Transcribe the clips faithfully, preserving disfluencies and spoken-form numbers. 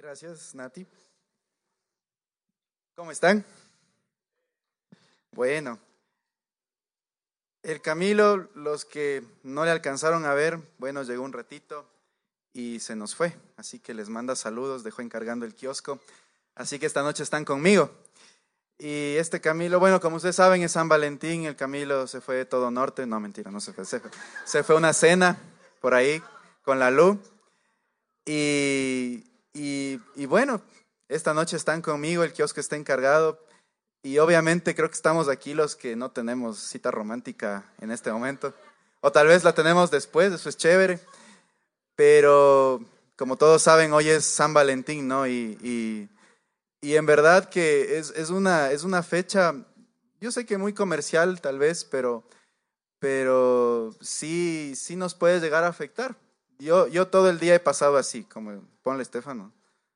Gracias, Nati. ¿Cómo están? Bueno, el Camilo, los que no le alcanzaron a ver, bueno, llegó un ratito y se nos fue, así que les manda saludos, dejó encargando el kiosco, así que esta noche están conmigo. Y este Camilo, bueno, como ustedes saben, es San Valentín, el Camilo se fue de todo norte, no, mentira, no se fue, se fue, se fue a una cena por ahí con la Lu. Y, y, y bueno, esta noche están conmigo, el kiosco está encargado y obviamente creo que estamos aquí los que no tenemos cita romántica en este momento. O tal vez la tenemos después, eso es chévere, pero como todos saben, hoy es San Valentín, ¿no? Y, y, y en verdad que es, es una, es una fecha, yo sé que muy comercial tal vez, pero, pero sí, sí nos puede llegar a afectar. Yo, yo todo el día he pasado así, como ponle Estefano.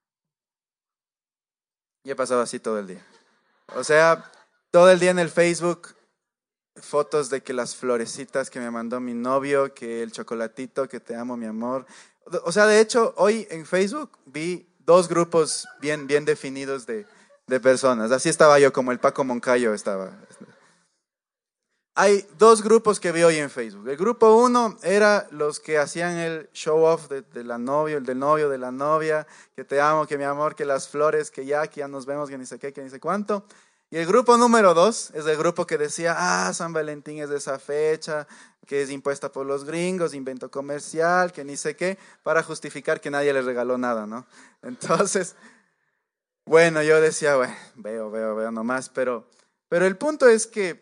Y he pasado así todo el día. O sea, todo el día en el Facebook, fotos de que las florecitas que me mandó mi novio, que el chocolatito, que te amo, mi amor. O sea, de hecho, hoy en Facebook vi dos grupos bien, bien definidos de, de personas. Así estaba yo, como el Paco Moncayo estaba. Hay dos grupos que vi hoy en Facebook. El grupo uno era los que hacían el show off de, de la novia, el del novio, de la novia, que te amo, que mi amor, que las flores, que ya, que ya nos vemos, que ni sé qué, que ni sé cuánto. Y el grupo número dos es el grupo que decía, ah, San Valentín es de esa fecha, que es impuesta por los gringos, invento comercial, que ni sé qué, para justificar que nadie les regaló nada, ¿no? Entonces, bueno, yo decía, bueno, veo, veo, veo nomás, pero, pero el punto es que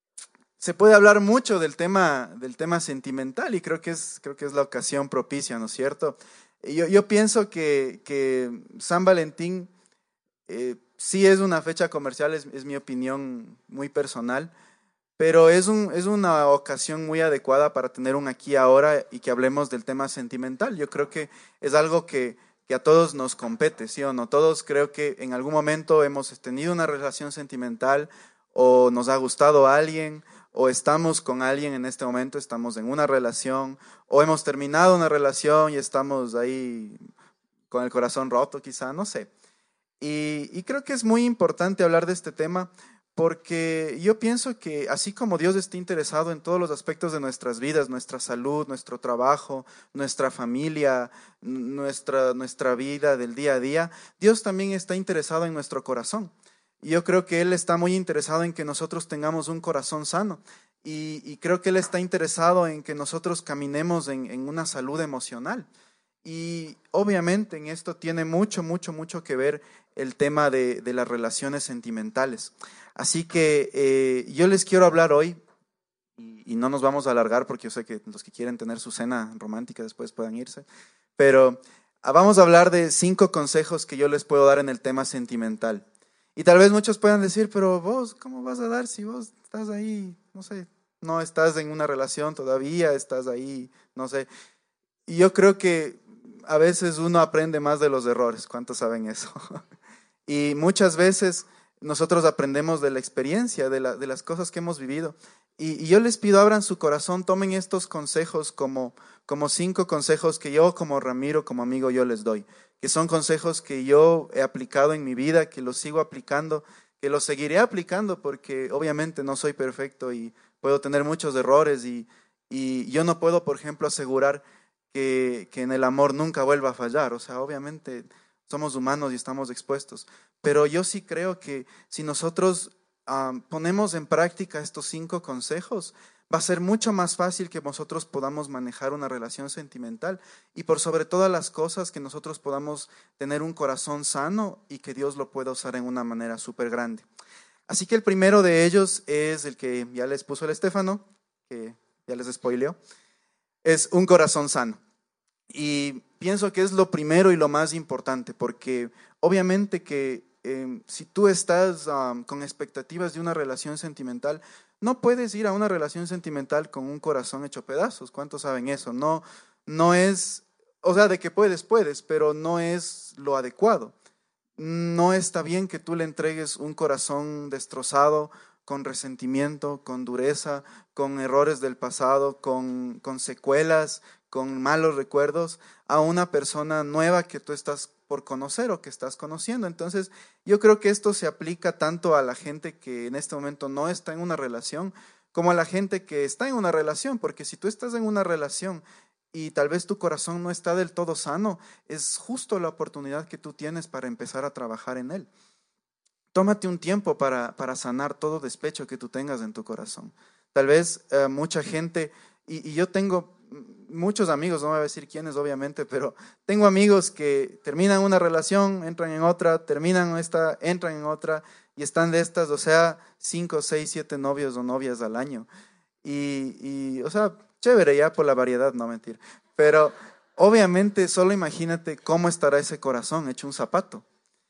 se puede hablar mucho del tema, del tema sentimental y creo que es, creo que es la ocasión propicia, ¿no es cierto? Yo, yo pienso que, que San Valentín eh, sí es una fecha comercial, es, es mi opinión muy personal, pero es, un, es una ocasión muy adecuada para tener un aquí y ahora y que hablemos del tema sentimental. Yo creo que es algo que, que a todos nos compete, ¿sí o no? Todos creo que en algún momento hemos tenido una relación sentimental o nos ha gustado a alguien o estamos con alguien en este momento, estamos en una relación o hemos terminado una relación y estamos ahí con el corazón roto quizá, no sé. Y, y creo que es muy importante hablar de este tema porque yo pienso que así como Dios está interesado en todos los aspectos de nuestras vidas, nuestra salud, nuestro trabajo, nuestra familia, nuestra, nuestra vida del día a día, Dios también está interesado en nuestro corazón. Y yo creo que Él está muy interesado en que nosotros tengamos un corazón sano. Y, y creo que Él está interesado en que nosotros caminemos en, en una salud emocional. Y obviamente en esto tiene mucho, mucho, mucho que ver el tema de, de las relaciones sentimentales. Así que eh, yo les quiero hablar hoy, y, y no nos vamos a alargar porque yo sé que los que quieren tener su cena romántica después puedan irse, pero ah, vamos a hablar de cinco consejos que yo les puedo dar en el tema sentimental. Y tal vez muchos puedan decir, pero vos, ¿cómo vas a dar si vos estás ahí, no sé, no estás en una relación todavía, estás ahí, no sé? Y yo creo que a veces uno aprende más de los errores, ¿cuántos saben eso? Y muchas veces nosotros aprendemos de la experiencia, de, la, de las cosas que hemos vivido. Y, y yo les pido, abran su corazón, tomen estos consejos como, como cinco consejos que yo como Ramiro, como amigo, yo les doy. Que son consejos que yo he aplicado en mi vida, que los sigo aplicando, que los seguiré aplicando porque obviamente no soy perfecto y puedo tener muchos errores y, y yo no puedo, por ejemplo, asegurar que, que en el amor nunca vuelva a fallar. O sea, obviamente somos humanos y estamos expuestos. Pero yo sí creo que si nosotros um, ponemos en práctica estos cinco consejos, va a ser mucho más fácil que nosotros podamos manejar una relación sentimental y por sobre todas las cosas que nosotros podamos tener un corazón sano y que Dios lo pueda usar en una manera súper grande. Así que el primero de ellos es el que ya les puso el Estefano, que ya les spoileó, es un corazón sano. Y pienso que es lo primero y lo más importante, porque obviamente que eh, si tú estás um, con expectativas de una relación sentimental, no puedes ir a una relación sentimental con un corazón hecho pedazos. ¿Cuántos saben eso? No, no es, o sea, de que puedes, puedes, pero no es lo adecuado. No está bien que tú le entregues un corazón destrozado, con resentimiento, con dureza, con errores del pasado, con, con secuelas, con malos recuerdos, a una persona nueva que tú estás por conocer o que estás conociendo. Entonces, yo creo que esto se aplica tanto a la gente que en este momento no está en una relación, como a la gente que está en una relación, porque si tú estás en una relación y tal vez tu corazón no está del todo sano, es justo la oportunidad que tú tienes para empezar a trabajar en él. Tómate un tiempo para, para sanar todo despecho que tú tengas en tu corazón. Tal vez eh, mucha gente, y, y yo tengo muchos amigos, no voy a decir quiénes obviamente, pero tengo amigos que terminan una relación, entran en otra, terminan esta, entran en otra y están de estas, o sea, cinco, seis, siete novios o novias al año. Y, y o sea, chévere ya por la variedad, no mentir. Pero obviamente solo imagínate cómo estará ese corazón hecho un zapato.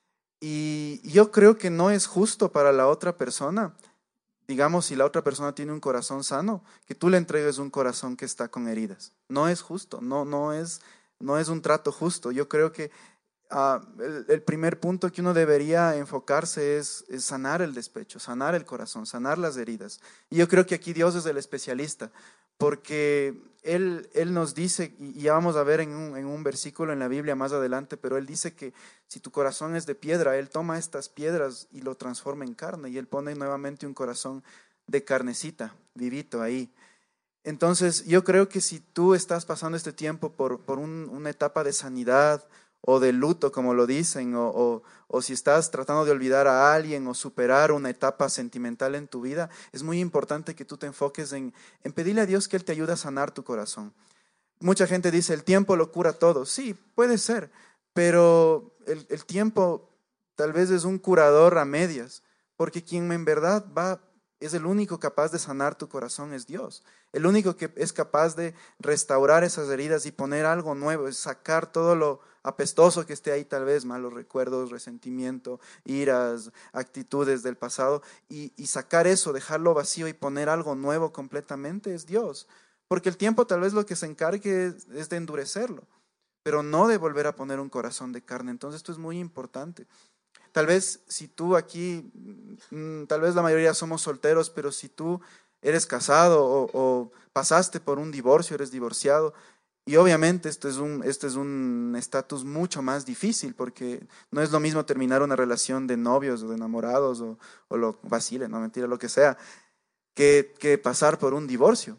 Y yo creo que no es justo para la otra persona, digamos, si la otra persona tiene un corazón sano, que tú le entregues un corazón que está con heridas. No es justo, no, no es, no es un trato justo. Yo creo que uh, el, el primer punto que uno debería enfocarse es, es sanar el despecho, sanar el corazón, sanar las heridas. Y yo creo que aquí Dios es el especialista, porque Él, él nos dice, y ya vamos a ver en un, en un versículo en la Biblia más adelante, pero Él dice que si tu corazón es de piedra, Él toma estas piedras y lo transforma en carne, y Él pone nuevamente un corazón de carnecita, vivito ahí. Entonces yo creo que si tú estás pasando este tiempo por, por un, una etapa de sanidad o de luto, como lo dicen, o, o, o si estás tratando de olvidar a alguien o superar una etapa sentimental en tu vida, es muy importante que tú te enfoques en, en pedirle a Dios que Él te ayude a sanar tu corazón. Mucha gente dice, el tiempo lo cura todo. Sí, puede ser, pero el, el tiempo tal vez es un curador a medias, porque quien en verdad va, es el único capaz de sanar tu corazón es Dios. El único que es capaz de restaurar esas heridas y poner algo nuevo, es sacar todo lo apestoso que esté ahí, tal vez malos recuerdos, resentimiento, iras, actitudes del pasado, y, y sacar eso, dejarlo vacío y poner algo nuevo completamente es Dios. Porque el tiempo tal vez lo que se encargue es, es de endurecerlo, pero no de volver a poner un corazón de carne. Entonces esto es muy importante. Tal vez si tú aquí, tal vez la mayoría somos solteros, pero si tú eres casado o, o pasaste por un divorcio, eres divorciado, y obviamente esto es un este es un estatus mucho más difícil, porque no es lo mismo terminar una relación de novios o de enamorados o, o lo vacile, no mentira, lo que sea, que, que pasar por un divorcio.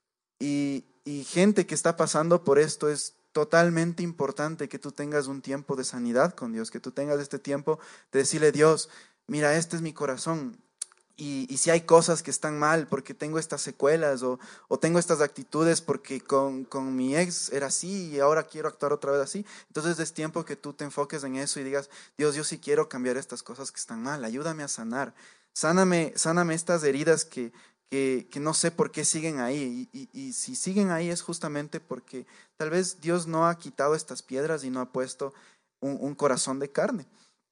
Y, y gente que está pasando por esto, es totalmente importante que tú tengas un tiempo de sanidad con Dios, que tú tengas este tiempo de decirle, Dios, mira, este es mi corazón, y, y si hay cosas que están mal porque tengo estas secuelas o, o tengo estas actitudes porque con, con mi ex era así y ahora quiero actuar otra vez así, entonces es tiempo que tú te enfoques en eso y digas, Dios, yo sí quiero cambiar estas cosas que están mal, ayúdame a sanar, sáname, sáname estas heridas que Que, que no sé por qué siguen ahí, y, y, y si siguen ahí es justamente porque tal vez Dios no ha quitado estas piedras y no ha puesto un, un corazón de carne.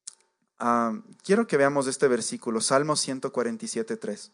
Uh, quiero que veamos este versículo, Salmo ciento cuarenta y siete, tres.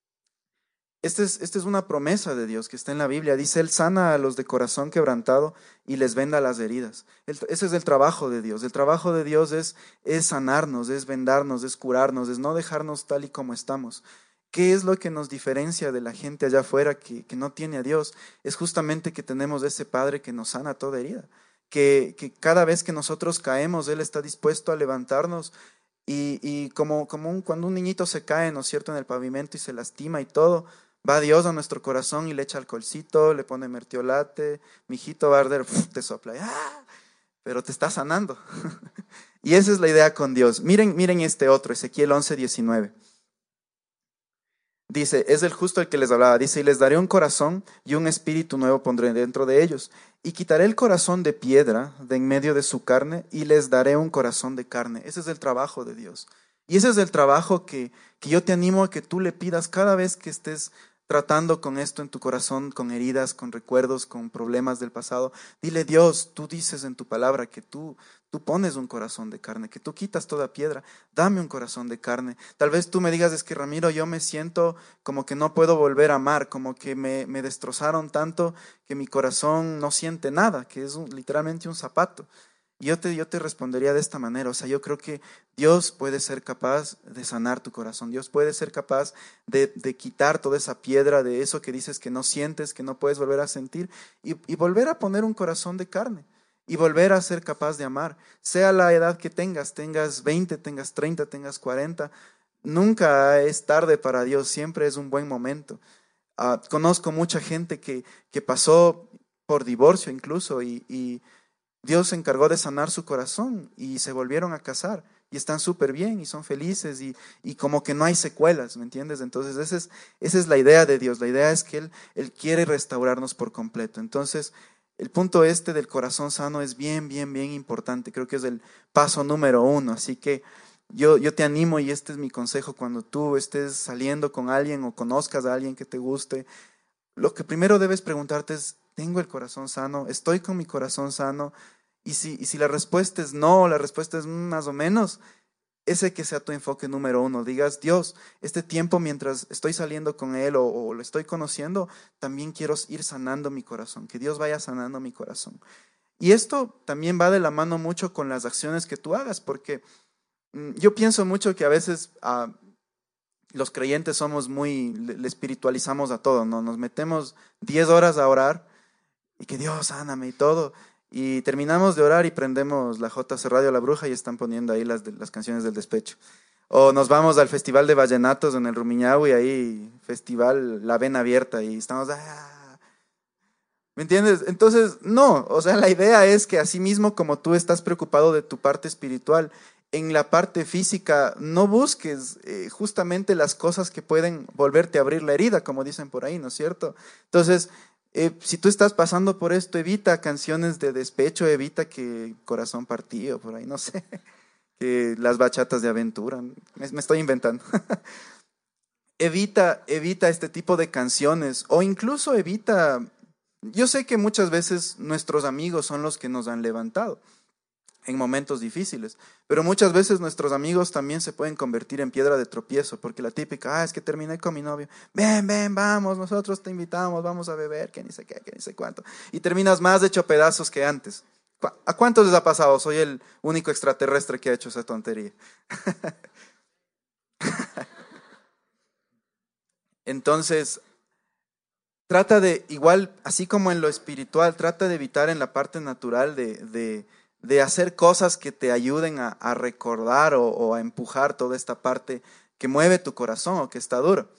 Esta es, este es una promesa de Dios que está en la Biblia. Dice, Él sana a los de corazón quebrantado y les venda las heridas. El, ese es el trabajo de Dios. El trabajo de Dios es, es sanarnos, es vendarnos, es curarnos, es no dejarnos tal y como estamos. ¿Qué es lo que nos diferencia de la gente allá afuera que, que no tiene a Dios? Es justamente que tenemos ese Padre que nos sana toda herida, que, que cada vez que nosotros caemos, Él está dispuesto a levantarnos y, y como, como un, cuando un niñito se cae, ¿no es cierto?, en el pavimento y se lastima y todo, va Dios a nuestro corazón y le echa alcoholcito, le pone mertiolate, mijito va a arder, ¡puf!, te sopla, ¡ah!, pero te está sanando. Y esa es la idea con Dios. Miren, miren este otro, Ezequiel once, diecinueve. Dice, es el justo el que les hablaba, dice, y les daré un corazón y un espíritu nuevo pondré dentro de ellos, y quitaré el corazón de piedra de en medio de su carne, y les daré un corazón de carne. Ese es el trabajo de Dios. Y ese es el trabajo que, que yo te animo a que tú le pidas cada vez que estés tratando con esto en tu corazón, con heridas, con recuerdos, con problemas del pasado. Dile, Dios, tú dices en tu palabra que tú, tú pones un corazón de carne, que tú quitas toda piedra, dame un corazón de carne. Tal vez tú me digas, es que Ramiro, yo me siento como que no puedo volver a amar, como que me, me destrozaron tanto que mi corazón no siente nada, que es un, literalmente un zapato. Y yo te, yo te respondería de esta manera, o sea, yo creo que Dios puede ser capaz de sanar tu corazón, Dios puede ser capaz de, de quitar toda esa piedra, de eso que dices que no sientes, que no puedes volver a sentir, y, y volver a poner un corazón de carne. y volver a ser capaz de amar, sea la edad que tengas, tengas veinte, tengas treinta, tengas cuarenta, nunca es tarde para Dios, siempre es un buen momento. Uh, conozco mucha gente que, que pasó por divorcio incluso y, y Dios se encargó de sanar su corazón y se volvieron a casar y están súper bien y son felices y, y como que no hay secuelas, ¿me entiendes? Entonces esa es, esa es la idea de Dios, la idea es que Él, Él quiere restaurarnos por completo. Entonces el punto este del corazón sano es bien, bien, bien importante, creo que es el paso número uno, así que yo, yo te animo y este es mi consejo cuando tú estés saliendo con alguien o conozcas a alguien que te guste, lo que primero debes preguntarte es, ¿tengo el corazón sano? ¿Estoy con mi corazón sano? Y si, y si la respuesta es no, la respuesta es más o menos, ese que sea tu enfoque número uno. Digas, Dios, este tiempo mientras estoy saliendo con Él o, o lo estoy conociendo, también quiero ir sanando mi corazón, que Dios vaya sanando mi corazón. Y esto también va de la mano mucho con las acciones que tú hagas, porque mm, yo pienso mucho que a veces uh, los creyentes somos muy, le, le espiritualizamos a todo, ¿no? Nos metemos diez horas a orar y que Dios sáname y todo. Y terminamos de orar y prendemos la J C Radio La Bruja y están poniendo ahí las, las canciones del despecho. O nos vamos al festival de vallenatos en el Rumiñahui, ahí festival La Vena Abierta y estamos... ¡ah! ¿Me entiendes? Entonces, no, o sea, la idea es que así mismo como tú estás preocupado de tu parte espiritual, en la parte física no busques eh, justamente las cosas que pueden volverte a abrir la herida, como dicen por ahí, ¿no es cierto? Entonces... Eh, si tú estás pasando por esto, evita canciones de despecho, evita que Corazón Partido, por ahí, no sé, que las bachatas de aventura, me, me estoy inventando. evita, evita este tipo de canciones o incluso evita, yo sé que muchas veces nuestros amigos son los que nos han levantado en momentos difíciles, pero muchas veces nuestros amigos también se pueden convertir en piedra de tropiezo, porque la típica, ah, es que terminé con mi novio, ven, ven, vamos, nosotros te invitamos, vamos a beber, que ni sé qué, que ni sé cuánto, y terminas más hecho pedazos que antes. ¿A cuántos les ha pasado? Soy el único extraterrestre que ha hecho esa tontería. Entonces, trata de, igual, así como en lo espiritual, trata de evitar en la parte natural de... de de hacer cosas que te ayuden a, a recordar o, o a empujar toda esta parte que mueve tu corazón o que está duro.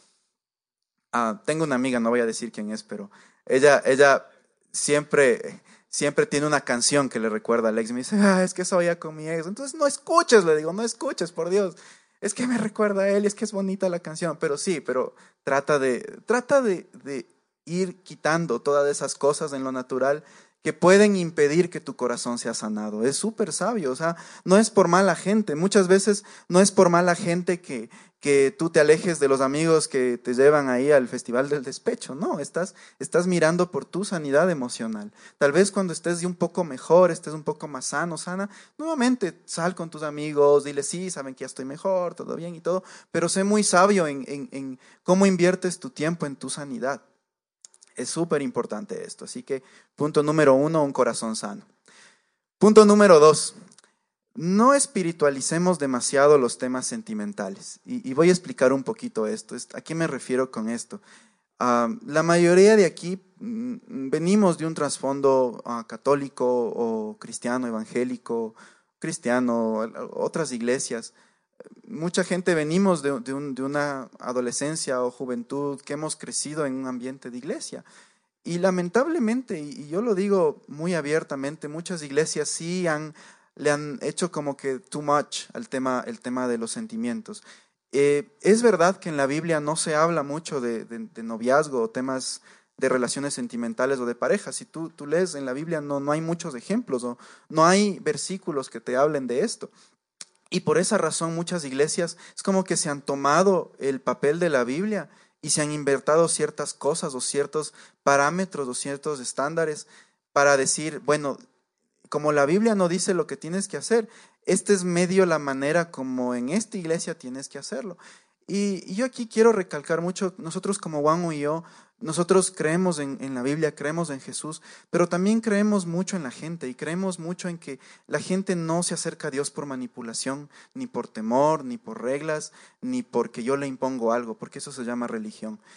Ah, tengo una amiga, no voy a decir quién es, pero ella, ella siempre, siempre tiene una canción que le recuerda al ex. Me dice, ah, es que eso oía con mi ex. Entonces no escuches, le digo, no escuches, por Dios. Es que me recuerda a él, es que es bonita la canción. Pero sí, pero trata de, trata de, de ir quitando todas esas cosas en lo natural que pueden impedir que tu corazón sea sanado. Es súper sabio, o sea, no es por mala gente. Muchas veces no es por mala gente que, que tú te alejes de los amigos que te llevan ahí al festival del despecho. No, estás, estás mirando por tu sanidad emocional. Tal vez cuando estés un poco mejor, estés un poco más sano, sana, nuevamente sal con tus amigos, dile sí, saben que ya estoy mejor, todo bien y todo, pero sé muy sabio en, en, en cómo inviertes tu tiempo en tu sanidad. Es súper importante esto. Así que punto número uno, un corazón sano. Punto número dos, no espiritualicemos demasiado los temas sentimentales. Y, y voy a explicar un poquito esto. ¿A qué me refiero con esto? Uh, la mayoría de aquí mm, venimos de un trasfondo uh, católico o cristiano, evangélico, cristiano, otras iglesias. Mucha gente venimos de, de, un, de una adolescencia o juventud que hemos crecido en un ambiente de iglesia. Y lamentablemente, y yo lo digo muy abiertamente, muchas iglesias sí han, le han hecho como que too much al tema, el tema de los sentimientos. Eh, es verdad que en la Biblia no se habla mucho de, de, de noviazgo o temas de relaciones sentimentales o de pareja. Si tú, tú lees en la Biblia no, no hay muchos ejemplos o no hay versículos que te hablen de esto. Y por esa razón muchas iglesias es como que se han tomado el papel de la Biblia y se han invertido ciertas cosas o ciertos parámetros o ciertos estándares para decir, bueno, como la Biblia no dice lo que tienes que hacer, este es medio la manera como en esta iglesia tienes que hacerlo. Y, y yo aquí quiero recalcar mucho, nosotros como Wanwu y yo, nosotros creemos en, en la Biblia, creemos en Jesús, pero también creemos mucho en la gente y creemos mucho en que la gente no se acerca a Dios por manipulación, ni por temor, ni por reglas, ni porque yo le impongo algo, porque eso se llama religión.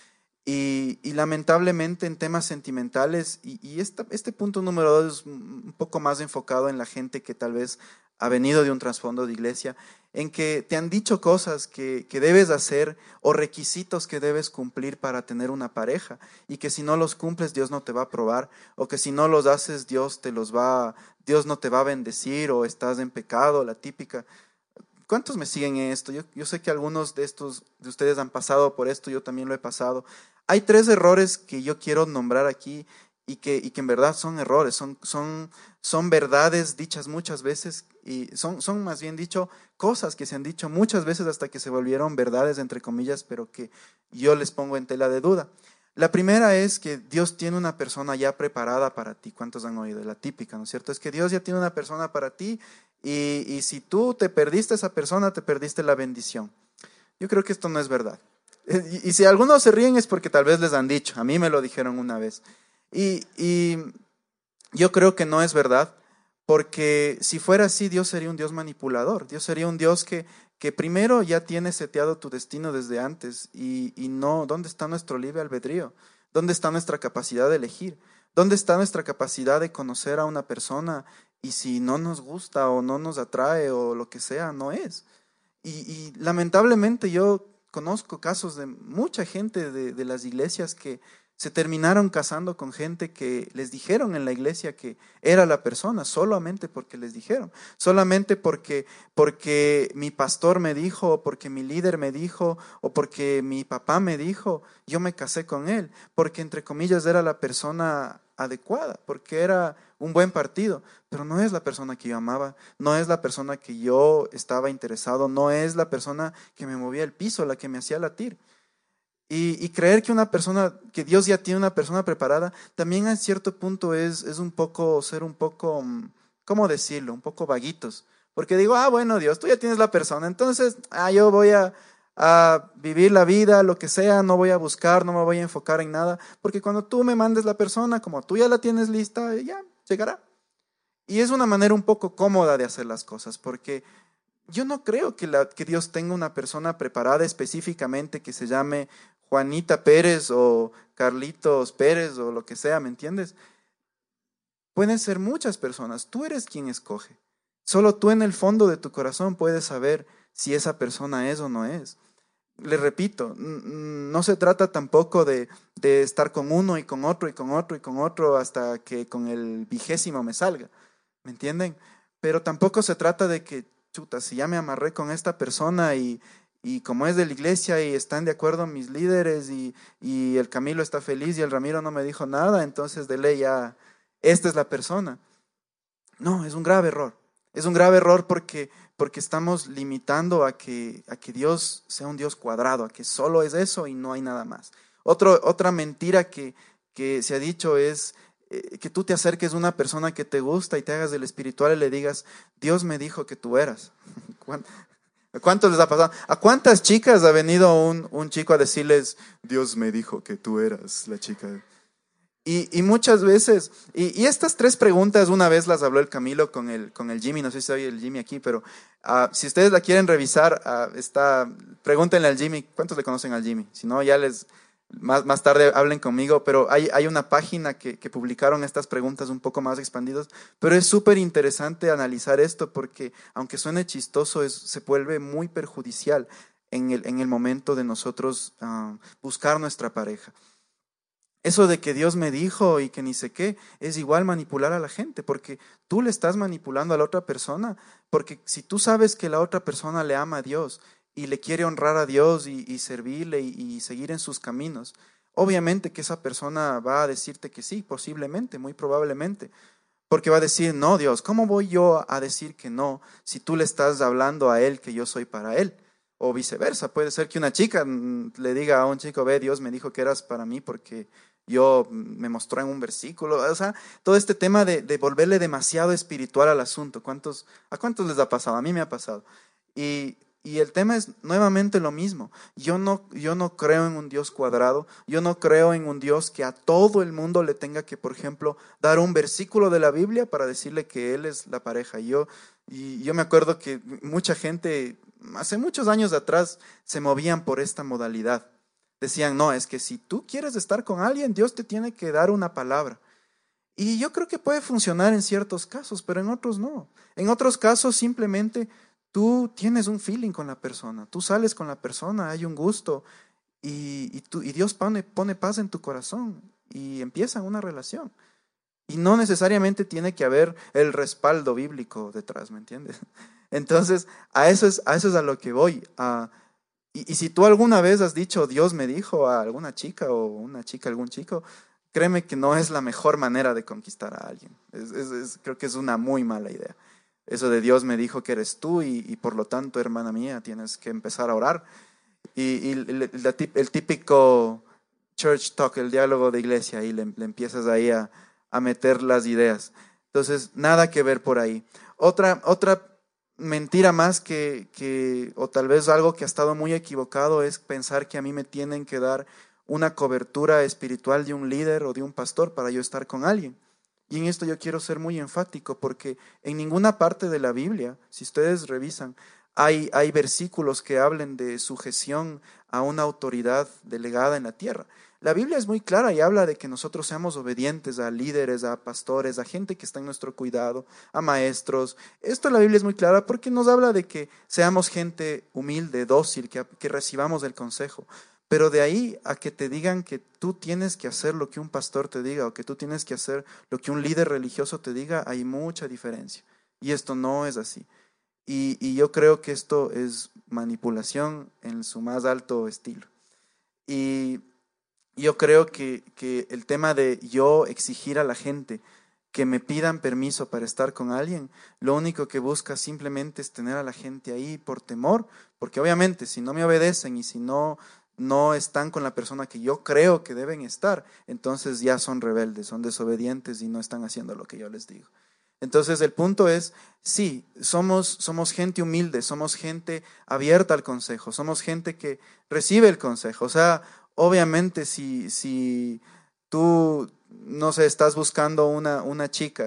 Y, y lamentablemente en temas sentimentales, y, y esta, este punto número dos es un poco más enfocado en la gente que tal vez ha venido de un trasfondo de iglesia, en que te han dicho cosas que, que debes hacer o requisitos que debes cumplir para tener una pareja, y que si no los cumples Dios no te va a aprobar, o que si no los haces Dios te los va, Dios no te va a bendecir, o estás en pecado, la típica. ¿Cuántos me siguen en esto? Yo, yo sé que algunos de estos de ustedes han pasado por esto, yo también lo he pasado. Hay tres errores que yo quiero nombrar aquí y que, y que en verdad son errores, son, son, son verdades dichas muchas veces y son, son más bien dicho cosas que se han dicho muchas veces hasta que se volvieron verdades entre comillas, pero que yo les pongo en tela de duda. La primera es que Dios tiene una persona ya preparada para ti. ¿Cuántos han oído? La típica, ¿no es cierto? Es que Dios ya tiene una persona para ti y, y si tú te perdiste a esa persona, te perdiste la bendición. Yo creo que esto no es verdad. Y, y si algunos se ríen es porque tal vez les han dicho. A mí me lo dijeron una vez. Y, y yo creo que no es verdad, porque si fuera así, Dios sería un Dios manipulador. Dios sería un Dios que, que primero ya tiene seteado tu destino desde antes y, y no, ¿dónde está nuestro libre albedrío? ¿Dónde está nuestra capacidad de elegir? ¿Dónde está nuestra capacidad de conocer a una persona y si no nos gusta o no nos atrae o lo que sea, no es? Y, y lamentablemente yo conozco casos de mucha gente de, de las iglesias que se terminaron casando con gente que les dijeron en la iglesia que era la persona, solamente porque les dijeron, solamente porque, porque mi pastor me dijo, o porque mi líder me dijo, o porque mi papá me dijo, yo me casé con él, porque entre comillas era la persona adecuada, porque era un buen partido, pero no es la persona que yo amaba, no es la persona que yo estaba interesado, no es la persona que me movía el piso, la que me hacía latir. Y, y creer que una persona, que Dios ya tiene una persona preparada, también a cierto punto es, es un poco, ser un poco, mm, ¿cómo decirlo? Un poco vaguitos. Porque digo, ah, bueno, Dios, tú ya tienes la persona, entonces, ah, yo voy a, a vivir la vida, lo que sea, no voy a buscar, no me voy a enfocar en nada, porque cuando tú me mandes la persona, como tú ya la tienes lista, ya llegará. Y es una manera un poco cómoda de hacer las cosas, porque yo no creo que, la, que Dios tenga una persona preparada específicamente que se llame Juanita Pérez o Carlitos Pérez o lo que sea, ¿me entiendes? Pueden ser muchas personas, tú eres quien escoge. Solo tú en el fondo de tu corazón puedes saber si esa persona es o no es. Le repito, no se trata tampoco de, de estar con uno y con otro y con otro y con otro hasta que con el vigésimo me salga, ¿me entienden? Pero tampoco se trata de que, chuta, si ya me amarré con esta persona y, y como es de la iglesia y están de acuerdo mis líderes y, y el Camilo está feliz y el Ramiro no me dijo nada, entonces de ley ya, esta es la persona. No, es un grave error. Es un grave error porque, porque estamos limitando a que, a que Dios sea un Dios cuadrado, a que solo es eso y no hay nada más. Otro, otra mentira que, que se ha dicho es eh, que tú te acerques a una persona que te gusta y te hagas del espiritual y le digas, Dios me dijo que tú eras. ¿A cuántos les ha pasado? ¿A cuántas chicas ha venido un, un chico a decirles, Dios me dijo que tú eras la chica? Y, y muchas veces, y, y estas tres preguntas una vez las habló el Camilo con el, con el Jimmy, no sé si oye el Jimmy aquí, pero uh, si ustedes la quieren revisar, uh, está, pregúntenle al Jimmy, ¿cuántos le conocen al Jimmy? Si no, ya les, más, más tarde hablen conmigo, pero hay, hay una página que, que publicaron estas preguntas un poco más expandidas, pero es súper interesante analizar esto porque aunque suene chistoso, es, se vuelve muy perjudicial en el, en el momento de nosotros uh, buscar nuestra pareja. Eso de que Dios me dijo y que ni sé qué, es igual manipular a la gente, porque tú le estás manipulando a la otra persona, porque si tú sabes que la otra persona le ama a Dios y le quiere honrar a Dios y, y servirle y, y seguir en sus caminos, obviamente que esa persona va a decirte que sí, posiblemente, muy probablemente, porque va a decir, no, Dios, ¿cómo voy yo a decir que no si tú le estás hablando a él que yo soy para él? O viceversa, puede ser que una chica le diga a un chico, ve, Dios me dijo que eras para mí porque yo me mostró en un versículo, o sea, todo este tema de, de volverle demasiado espiritual al asunto. ¿Cuántos, ¿A cuántos les ha pasado? A mí me ha pasado. Y, y el tema es nuevamente lo mismo. Yo no, yo no creo en un Dios cuadrado, yo no creo en un Dios que a todo el mundo le tenga que, por ejemplo, dar un versículo de la Biblia para decirle que Él es la pareja. Yo, y yo me acuerdo que mucha gente, hace muchos años atrás, se movían por esta modalidad decían, no, es que si tú quieres estar con alguien, Dios te tiene que dar una palabra. Y yo creo que puede funcionar en ciertos casos, pero en otros no. En otros casos simplemente tú tienes un feeling con la persona, tú sales con la persona, hay un gusto y, y, tú, y Dios pone, pone paz en tu corazón y empiezan una relación. Y no necesariamente tiene que haber el respaldo bíblico detrás, ¿me entiendes? Entonces, a eso es a, eso es a lo que voy. A, y, y si tú alguna vez has dicho, Dios me dijo a alguna chica o una chica, algún chico, créeme que no es la mejor manera de conquistar a alguien. Es, es, es, creo que es una muy mala idea. Eso de Dios me dijo que eres tú y, y por lo tanto, hermana mía, tienes que empezar a orar. Y, y el, el, el típico church talk, el diálogo de iglesia, ahí le, le empiezas ahí a, a meter las ideas. Entonces, nada que ver por ahí. Otra, otra mentira más que, que, o tal vez algo que ha estado muy equivocado, es pensar que a mí me tienen que dar una cobertura espiritual de un líder o de un pastor para yo estar con alguien. Y en esto yo quiero ser muy enfático, porque en ninguna parte de la Biblia, si ustedes revisan, hay, hay versículos que hablen de sujeción a una autoridad delegada en la tierra. La Biblia es muy clara y habla de que nosotros seamos obedientes a líderes, a pastores, a gente que está en nuestro cuidado, a maestros. Esto la Biblia es muy clara porque nos habla de que seamos gente humilde, dócil, que, que recibamos el consejo. Pero de ahí a que te digan que tú tienes que hacer lo que un pastor te diga o que tú tienes que hacer lo que un líder religioso te diga, hay mucha diferencia. Y esto no es así. Y, y yo creo que esto es manipulación en su más alto estilo. Y yo creo que, que el tema de yo exigir a la gente que me pidan permiso para estar con alguien, lo único que busca simplemente es tener a la gente ahí por temor, porque obviamente si no me obedecen y si no, no están con la persona que yo creo que deben estar, entonces ya son rebeldes, son desobedientes y no están haciendo lo que yo les digo. Entonces el punto es, sí, somos, somos gente humilde, somos gente abierta al consejo, somos gente que recibe el consejo. O sea, obviamente si, si tú, no sé, estás buscando una, una chica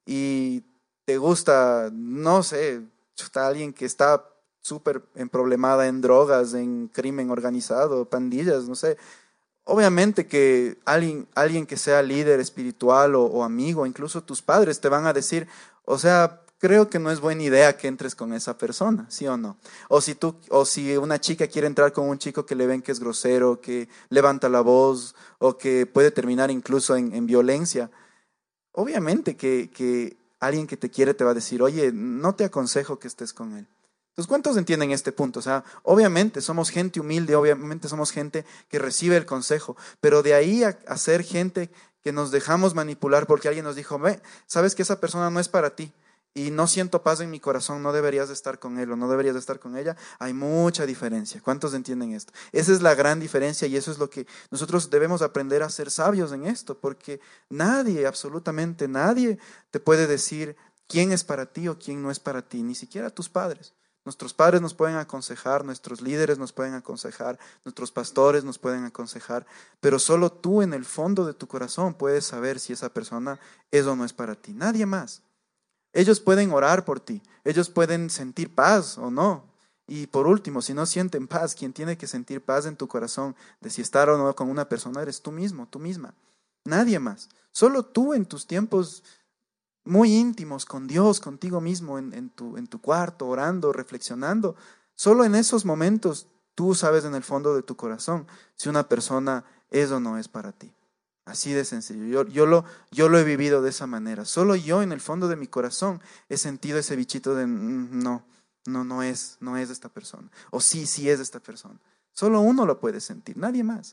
y te gusta, no sé, chuta, alguien que está súper emproblemada en drogas, en crimen organizado, pandillas, no sé. Obviamente que alguien, alguien que sea líder espiritual o, o amigo, incluso tus padres te van a decir, o sea, creo que no es buena idea que entres con esa persona, ¿sí o no? O si tú, o si una chica quiere entrar con un chico que le ven que es grosero, que levanta la voz o que puede terminar incluso en, en violencia, obviamente que, que alguien que te quiere te va a decir, oye, no te aconsejo que estés con él. Entonces, ¿cuántos entienden este punto? O sea, obviamente somos gente humilde, obviamente somos gente que recibe el consejo, pero de ahí a, a ser gente que nos dejamos manipular porque alguien nos dijo, ve, sabes que esa persona no es para ti y no siento paz en mi corazón, no deberías de estar con él o no deberías de estar con ella, hay mucha diferencia. ¿Cuántos entienden esto? Esa es la gran diferencia y eso es lo que nosotros debemos aprender a ser sabios en esto, porque nadie, absolutamente nadie te puede decir quién es para ti o quién no es para ti, ni siquiera tus padres. Nuestros padres nos pueden aconsejar, nuestros líderes nos pueden aconsejar, nuestros pastores nos pueden aconsejar, pero solo tú en el fondo de tu corazón puedes saber si esa persona es o no es para ti, nadie más. Ellos pueden orar por ti, ellos pueden sentir paz o no. Y por último, si no sienten paz, quien tiene que sentir paz en tu corazón de si estar o no con una persona eres tú mismo, tú misma, nadie más. Solo tú en tus tiempos muy íntimos con Dios, contigo mismo, en, en, tu, en tu cuarto, orando, reflexionando. Solo en esos momentos tú sabes en el fondo de tu corazón si una persona es o no es para ti. Así de sencillo. Yo, yo, lo, yo lo he vivido de esa manera. Solo yo en el fondo de mi corazón he sentido ese bichito de mm, no, no, no es, no es de esta persona. O sí, sí es de esta persona. Solo uno lo puede sentir, nadie más.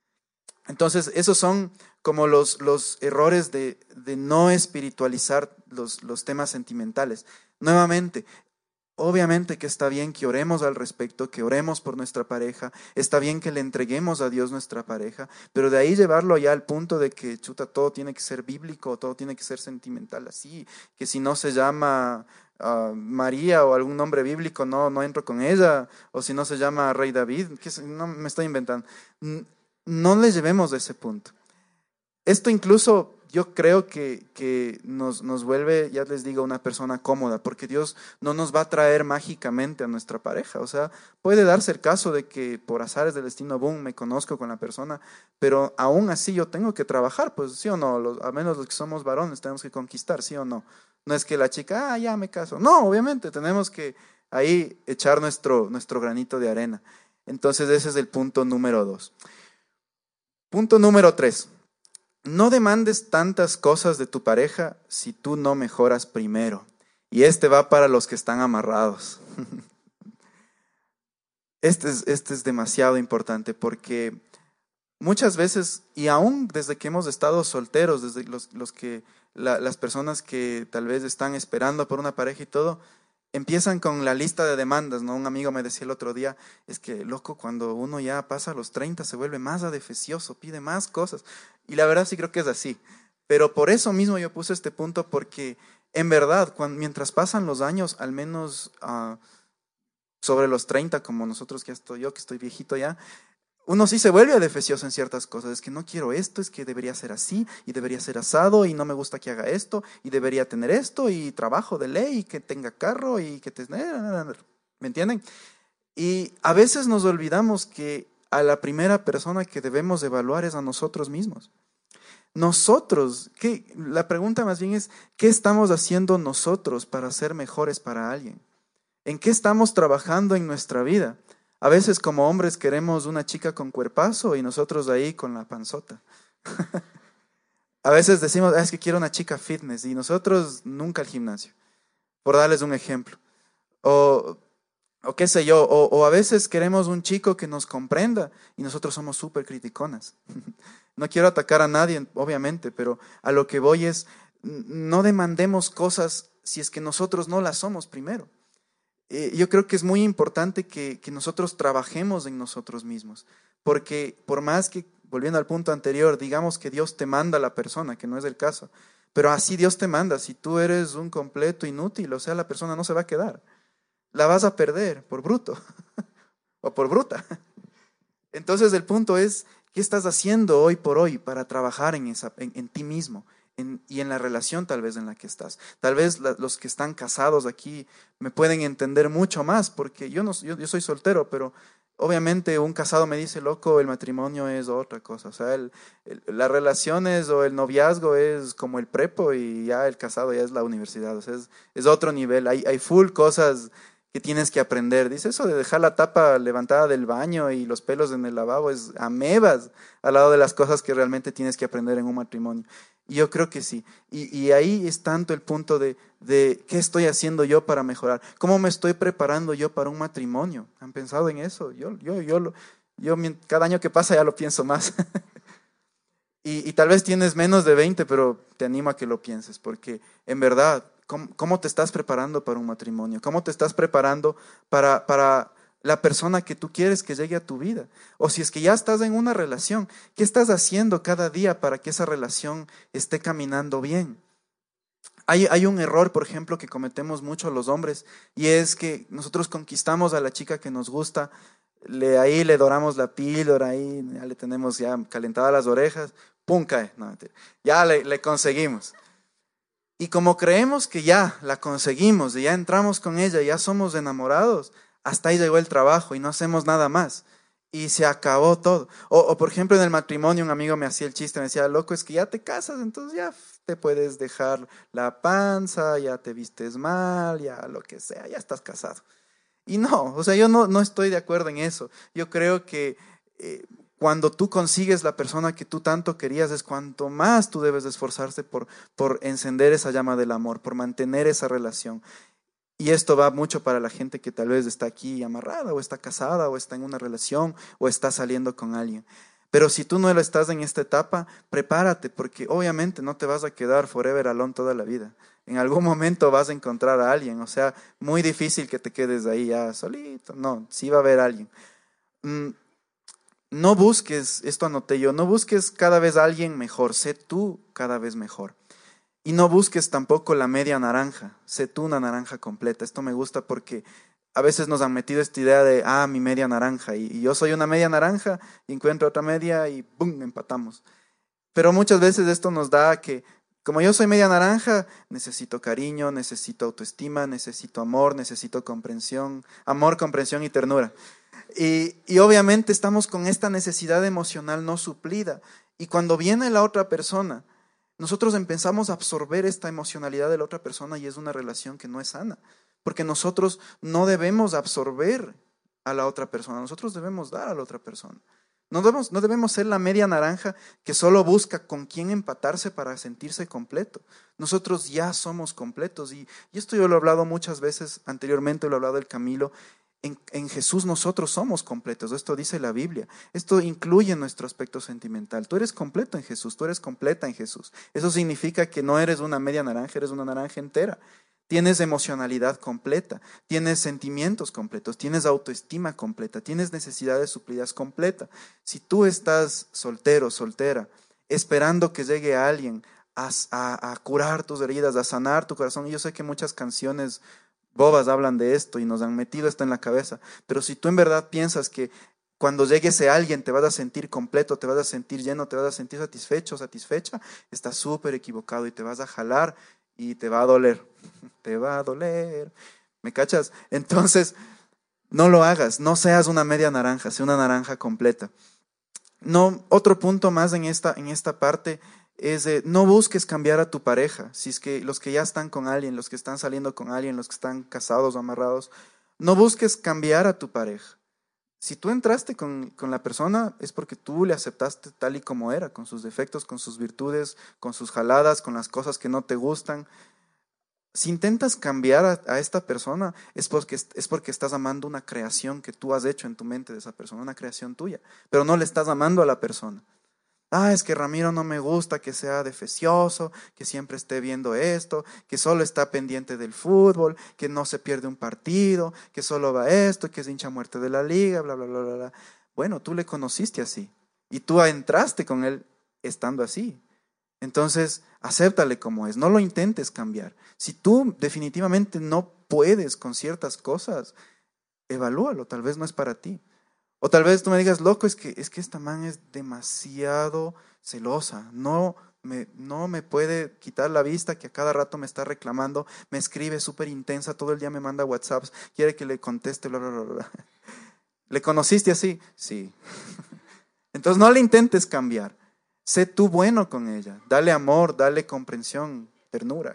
Entonces, esos son como los, los errores de, de no espiritualizar los, los temas sentimentales. Nuevamente, obviamente que está bien que oremos al respecto, que oremos por nuestra pareja, está bien que le entreguemos a Dios nuestra pareja, pero de ahí llevarlo ya al punto de que, chuta, todo tiene que ser bíblico, todo tiene que ser sentimental así, que si no se llama uh, María o algún nombre bíblico, no, no entro con ella, o si no se llama Rey David, que no me estoy inventando. No le llevemos a ese punto. Esto incluso yo creo que, que nos, nos vuelve, ya les digo, una persona cómoda, porque Dios no nos va a traer mágicamente a nuestra pareja. O sea, puede darse el caso de que por azares del destino, boom, me conozco con la persona, pero aún así yo tengo que trabajar, pues sí o no, los, al menos los que somos varones tenemos que conquistar, sí o no. No es que la chica, ah, ya me caso. No, obviamente tenemos que ahí echar nuestro, nuestro granito de arena. Entonces ese es el punto número dos. Punto número tres. No demandes tantas cosas de tu pareja si tú no mejoras primero. Y este va para los que están amarrados. Este es, este es demasiado importante porque muchas veces, y aún desde que hemos estado solteros, desde los, los que, la, las personas que tal vez están esperando por una pareja y todo, empiezan con la lista de demandas, ¿no? Un amigo me decía el otro día, es que loco, cuando uno ya pasa a los treinta se vuelve más adefesioso, pide más cosas. Y la verdad sí creo que es así. Pero por eso mismo yo puse este punto, porque en verdad, cuando, mientras pasan los años, al menos uh, sobre los treinta, como nosotros que estoy yo, que estoy viejito ya, uno sí se vuelve adefesioso en ciertas cosas. Es que no quiero esto, es que debería ser así, y debería ser asado, y no me gusta que haga esto, y debería tener esto, y trabajo de ley, y que tenga carro, y que te... ¿Me entienden? Y a veces nos olvidamos que a la primera persona que debemos evaluar es a nosotros mismos. Nosotros, ¿qué? La pregunta más bien es, ¿qué estamos haciendo nosotros para ser mejores para alguien? ¿En qué estamos trabajando en nuestra vida? A veces como hombres queremos una chica con cuerpazo y nosotros ahí con la panzota. A veces decimos, ah, es que quiero una chica fitness y nosotros nunca al gimnasio, por darles un ejemplo. O, o qué sé yo, o, o a veces queremos un chico que nos comprenda y nosotros somos súper criticonas. No quiero atacar a nadie, obviamente, pero a lo que voy es, no demandemos cosas si es que nosotros no las somos primero. Eh, yo creo que es muy importante que, que nosotros trabajemos en nosotros mismos, porque por más que, volviendo al punto anterior, digamos que Dios te manda a la persona, que no es el caso, pero así Dios te manda, si tú eres un completo inútil, o sea, la persona no se va a quedar, la vas a perder por bruto o por bruta. Entonces el punto es, ¿qué estás haciendo hoy por hoy para trabajar en, esa, en, en ti mismo? En, y en la relación tal vez en la que estás. Tal vez la, los que están casados aquí me pueden entender mucho más, porque yo, no, yo, yo soy soltero, pero obviamente un casado me dice, loco, el matrimonio es otra cosa. O sea, el, el, las relaciones o el noviazgo es como el prepo y ya el casado ya es la universidad. O sea, es, es otro nivel. Hay, hay full cosas que tienes que aprender. Dice eso de dejar la tapa levantada del baño y los pelos en el lavabo, es amebas al lado de las cosas que realmente tienes que aprender en un matrimonio. Y yo creo que sí. Y, y ahí es tanto el punto de, de qué estoy haciendo yo para mejorar. ¿Cómo me estoy preparando yo para un matrimonio? ¿Han pensado en eso? Yo, yo, yo, yo, yo cada año que pasa ya lo pienso más. y, y tal vez tienes menos de veinte, pero te animo a que lo pienses, porque en verdad, ¿cómo, cómo te estás preparando para un matrimonio? ¿Cómo te estás preparando para... para la persona que tú quieres que llegue a tu vida? O si es que ya estás en una relación, ¿qué estás haciendo cada día para que esa relación esté caminando bien? Hay, hay un error, por ejemplo, que cometemos mucho los hombres, y es que nosotros conquistamos a la chica que nos gusta, le, ahí le doramos la píldora, ahí ya le tenemos ya calentadas las orejas, ¡pum! Cae. No, ya le, le conseguimos. Y como creemos que ya la conseguimos, y ya entramos con ella, ya somos enamorados, hasta ahí llegó el trabajo y no hacemos nada más. Y se acabó todo. O, o por ejemplo en el matrimonio un amigo me hacía el chiste, me decía, loco, es que ya te casas, entonces ya te puedes dejar la panza, ya te vistes mal, ya lo que sea, ya estás casado. Y no, o sea, yo no, no estoy de acuerdo en eso. Yo creo que eh, cuando tú consigues la persona que tú tanto querías, es cuanto más tú debes de esforzarte por, por encender esa llama del amor, por mantener esa relación. Y esto va mucho para la gente que tal vez está aquí amarrada, o está casada, o está en una relación, o está saliendo con alguien. Pero si tú no lo estás en esta etapa, prepárate, porque obviamente no te vas a quedar forever alone toda la vida. En algún momento vas a encontrar a alguien, o sea, muy difícil que te quedes ahí ya solito. No, sí va a haber alguien. Mm, no busques, esto anoté yo, no busques cada vez a alguien mejor, sé tú cada vez mejor. Y no busques tampoco la media naranja, sé tú una naranja completa. Esto me gusta porque a veces nos han metido esta idea de, ah, mi media naranja, y, y yo soy una media naranja, y encuentro otra media y ¡pum!, empatamos. Pero muchas veces esto nos da que, como yo soy media naranja, necesito cariño, necesito autoestima, necesito amor, necesito comprensión, amor, comprensión y ternura. Y, y obviamente estamos con esta necesidad emocional no suplida. Y cuando viene la otra persona, nosotros empezamos a absorber esta emocionalidad de la otra persona y es una relación que no es sana. Porque nosotros no debemos absorber a la otra persona, nosotros debemos dar a la otra persona. No debemos, no debemos ser la media naranja que solo busca con quién empatarse para sentirse completo. Nosotros ya somos completos y, y esto yo lo he hablado muchas veces anteriormente, lo he hablado del Camilo. En, en Jesús nosotros somos completos, esto dice la Biblia. Esto incluye nuestro aspecto sentimental. Tú eres completo en Jesús, tú eres completa en Jesús. Eso significa que no eres una media naranja, eres una naranja entera. Tienes emocionalidad completa, tienes sentimientos completos, tienes autoestima completa, tienes necesidades suplidas completa. Si tú estás soltero, soltera, esperando que llegue alguien a, a, a curar tus heridas, a sanar tu corazón, y yo sé que muchas canciones bobas hablan de esto y nos han metido esto en la cabeza, pero si tú en verdad piensas que cuando llegue ese alguien te vas a sentir completo, te vas a sentir lleno, te vas a sentir satisfecho, satisfecha, estás súper equivocado y te vas a jalar y te va a doler, te va a doler, ¿me cachas? Entonces, no lo hagas, no seas una media naranja, sea una naranja completa. No, otro punto más en esta, en esta parte es de, no busques cambiar a tu pareja. Si es que los que ya están con alguien, los que están saliendo con alguien, los que están casados o amarrados, no busques cambiar a tu pareja. Si tú entraste con, con la persona es porque tú le aceptaste tal y como era, con sus defectos, con sus virtudes, con sus jaladas, con las cosas que no te gustan. Si intentas cambiar a, a esta persona es porque, es porque estás amando una creación que tú has hecho en tu mente de esa persona, una creación tuya, pero no le estás amando a la persona. Ah, es que Ramiro no me gusta que sea defecioso, que siempre esté viendo esto, que solo está pendiente del fútbol, que no se pierde un partido, que solo va esto, que es hincha muerte de la liga, bla, bla, bla, bla, bla. Bueno, tú le conociste así y tú entraste con él estando así. Entonces, acéptale como es, no lo intentes cambiar. Si tú definitivamente no puedes con ciertas cosas, evalúalo, tal vez no es para ti. O tal vez tú me digas, loco, es que, es que esta man es demasiado celosa, no me, no me puede quitar la vista, que a cada rato me está reclamando, me escribe súper intensa, todo el día me manda WhatsApps, quiere que le conteste, bla, bla, bla, bla. ¿Le conociste así? Sí. Entonces no le intentes cambiar, sé tú bueno con ella, dale amor, dale comprensión, ternura.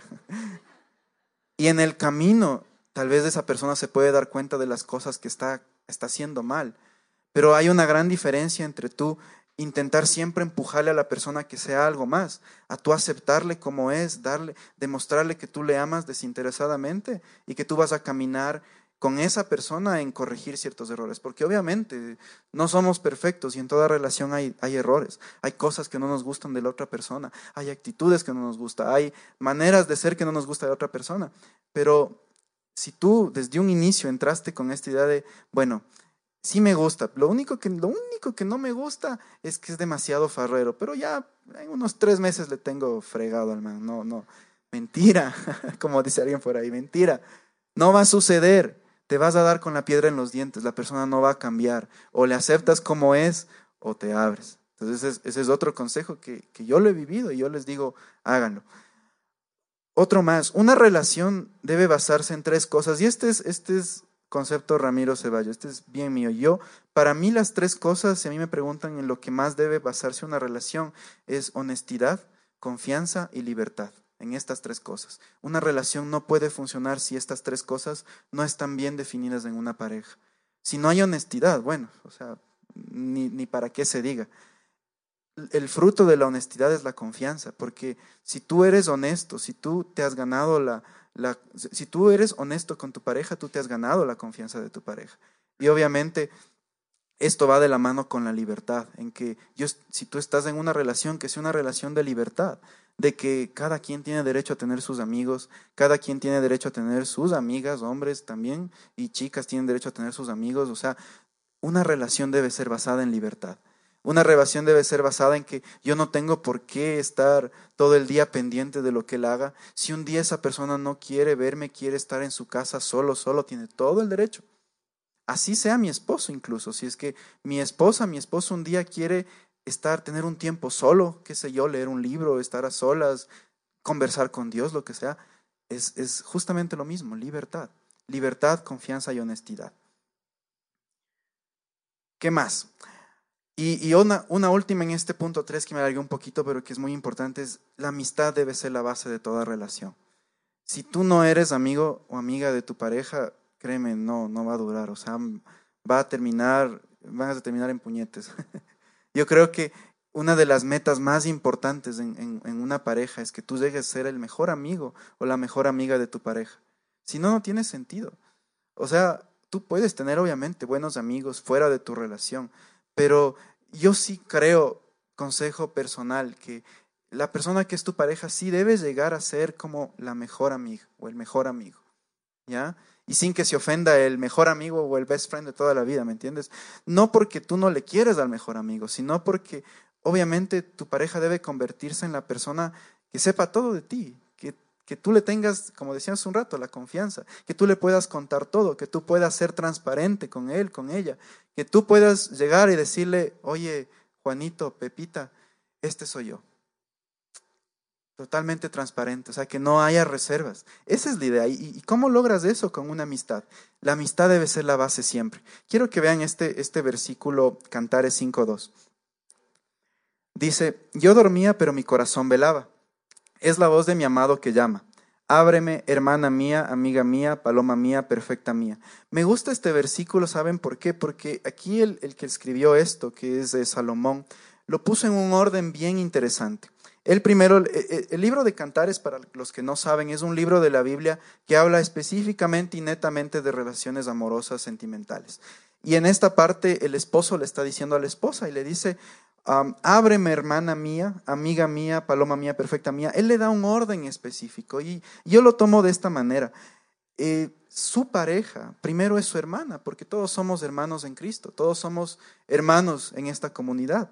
Y en el camino, tal vez esa persona se puede dar cuenta de las cosas que está, está haciendo mal. Pero hay una gran diferencia entre tú intentar siempre empujarle a la persona que sea algo más, a tú aceptarle como es, darle, demostrarle que tú le amas desinteresadamente y que tú vas a caminar con esa persona en corregir ciertos errores. Porque obviamente no somos perfectos y en toda relación hay, hay errores, hay cosas que no nos gustan de la otra persona, hay actitudes que no nos gustan, hay maneras de ser que no nos gusta de la otra persona. Pero si tú desde un inicio entraste con esta idea de, bueno, sí me gusta, lo único que, lo único que no me gusta es que es demasiado farrero, pero ya en unos tres meses le tengo fregado al man, no, no, mentira, como dice alguien por ahí, mentira, no va a suceder, te vas a dar con la piedra en los dientes, la persona no va a cambiar, o le aceptas como es, o te abres. Entonces ese, ese es otro consejo que, que yo lo he vivido y yo les digo, háganlo. Otro más, una relación debe basarse en tres cosas, y este es, este es concepto Ramiro Ceballos, este es bien mío. Yo, para mí las tres cosas, si a mí me preguntan en lo que más debe basarse una relación, es honestidad, confianza y libertad. En estas tres cosas. Una relación no puede funcionar si estas tres cosas no están bien definidas en una pareja. Si no hay honestidad, bueno, o sea, ni, ni para qué se diga. El fruto de la honestidad es la confianza, porque si tú eres honesto, si tú te has ganado la, la, si tú eres honesto con tu pareja, tú te has ganado la confianza de tu pareja. Y obviamente esto va de la mano con la libertad, en que yo, si tú estás en una relación, que sea una relación de libertad, de que cada quien tiene derecho a tener sus amigos, cada quien tiene derecho a tener sus amigas, hombres también, y chicas tienen derecho a tener sus amigos, o sea, una relación debe ser basada en libertad. Una relación debe ser basada en que yo no tengo por qué estar todo el día pendiente de lo que él haga. Si un día esa persona no quiere verme, quiere estar en su casa solo, solo, tiene todo el derecho. Así sea mi esposo incluso. Si es que mi esposa, mi esposo un día quiere estar, tener un tiempo solo, qué sé yo, leer un libro, estar a solas, conversar con Dios, lo que sea, es, es justamente lo mismo, libertad. Libertad, confianza y honestidad. ¿Qué más? Y, y una, una última en este punto tres que me alargué un poquito, pero que es muy importante, es la amistad debe ser la base de toda relación. Si tú no eres amigo o amiga de tu pareja, créeme, no, no va a durar, o sea, va a terminar, van a terminar en puñetes. Yo creo que una de las metas más importantes en, en, en una pareja es que tú llegues a ser el mejor amigo o la mejor amiga de tu pareja. Si no, no tiene sentido. O sea, tú puedes tener obviamente buenos amigos fuera de tu relación, pero yo sí creo, consejo personal, que la persona que es tu pareja sí debe llegar a ser como la mejor amiga o el mejor amigo, ¿ya? Y sin que se ofenda el mejor amigo o el best friend de toda la vida, ¿me entiendes? No porque tú no le quieres al mejor amigo, sino porque obviamente tu pareja debe convertirse en la persona que sepa todo de ti, que, que tú le tengas, como decías hace un rato, la confianza, que tú le puedas contar todo, que tú puedas ser transparente con él, con ella, que tú puedas llegar y decirle, oye, Juanito, Pepita, este soy yo. Totalmente transparente, o sea, que no haya reservas. Esa es la idea. ¿Y, y cómo logras eso? Con una amistad. La amistad debe ser la base siempre. Quiero que vean este, este versículo, Cantares cinco dos. Dice, yo dormía, pero mi corazón velaba. Es la voz de mi amado que llama. Ábreme, hermana mía, amiga mía, paloma mía, perfecta mía. Me gusta este versículo, ¿saben por qué? Porque aquí el, el que escribió esto, que es de Salomón, lo puso en un orden bien interesante. El primero, el, el libro de Cantares, para los que no saben, es un libro de la Biblia que habla específicamente y netamente de relaciones amorosas sentimentales. Y en esta parte el esposo le está diciendo a la esposa y le dice, Um, ábreme, hermana mía, amiga mía, paloma mía, perfecta mía. Él le da un orden específico y yo lo tomo de esta manera. Eh, su pareja primero es su hermana, porque todos somos hermanos en Cristo, todos somos hermanos en esta comunidad.